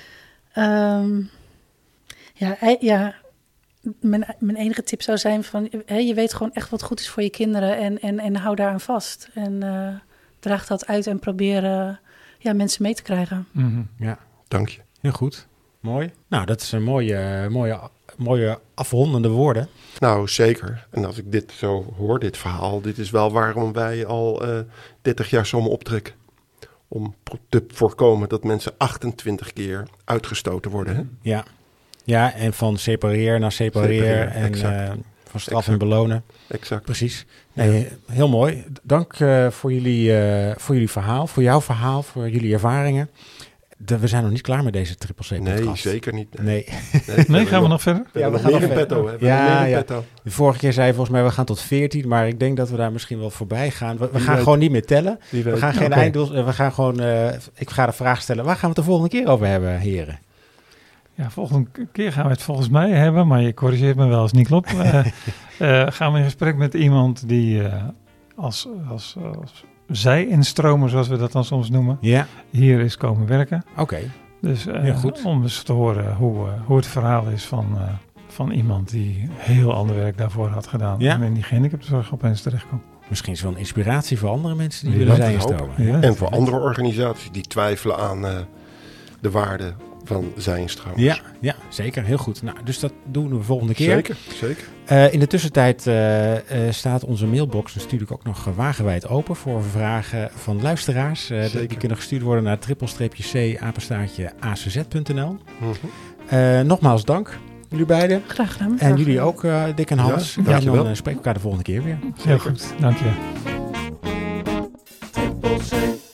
Um, ja, ja mijn, mijn enige tip zou zijn van, hè, je weet gewoon echt wat goed is voor je kinderen en, en, en hou daaraan vast. En uh, draag dat uit en probeer uh, ja, mensen mee te krijgen. Mm-hmm. Ja, dank je. Heel goed. Mooi. Nou, dat is een mooie, mooie, mooie afrondende woorden. Nou, zeker. En als ik dit zo hoor, dit verhaal, dit is wel waarom wij al uh, dertig jaar samen optrekken. Om te voorkomen dat mensen achtentwintig keer uitgestoten worden. Hè? Ja. Ja, en van separeer naar separeer, separeer en uh, van straf exact. En belonen. Exact. Precies. Nee, ja. Heel mooi. Dank uh, voor, jullie, uh, voor jullie verhaal, voor jouw verhaal, voor jullie ervaringen. De, we zijn nog niet klaar met deze Triple C podcast. Nee, zeker niet. Nee, nee. nee, nee gaan we nog verder? We ja, we gaan nog verder. Petto, we ja, ja. Petto. De vorige keer zei je volgens mij, we gaan tot veertien, maar ik denk dat we daar misschien wel voorbij gaan. We, we gaan weet. gewoon niet meer tellen. We gaan geen okay. einddoel, we gaan gewoon, uh, ik ga de vraag stellen, waar gaan we het de volgende keer over hebben, heren? Ja, volgende keer gaan we het volgens mij hebben, maar je corrigeert me wel als het niet klopt. uh, uh, gaan we in gesprek met iemand die uh, als, als, als zij-instromer, zoals we dat dan soms noemen, ja. hier is komen werken. Oké, okay. Dus uh, goed. Om eens te horen hoe, uh, hoe het verhaal is van, uh, van iemand die heel ander werk daarvoor had gedaan. Ja. En in die gehandicaptenzorg opeens terechtkomt. Misschien is het wel een inspiratie voor andere mensen die ja, willen zij-instromen. Ja. En voor andere organisaties die twijfelen aan uh, de waarde van zij-instromers. Ja, ja, zeker. Heel goed. Nou, dus dat doen we de volgende keer. Zeker, zeker. Uh, in de tussentijd uh, uh, staat onze mailbox natuurlijk ook nog uh, wagenwijd open voor vragen van luisteraars. Uh, die kunnen gestuurd worden naar triple-c apenstaartje a c z punt n l. Mm-hmm. Uh, nogmaals dank, jullie beiden. Graag gedaan. En jullie ook, uh, Dick en Hans. Ja, en dan uh, spreken we elkaar de volgende keer weer. Heel goed, dank je. Triple C.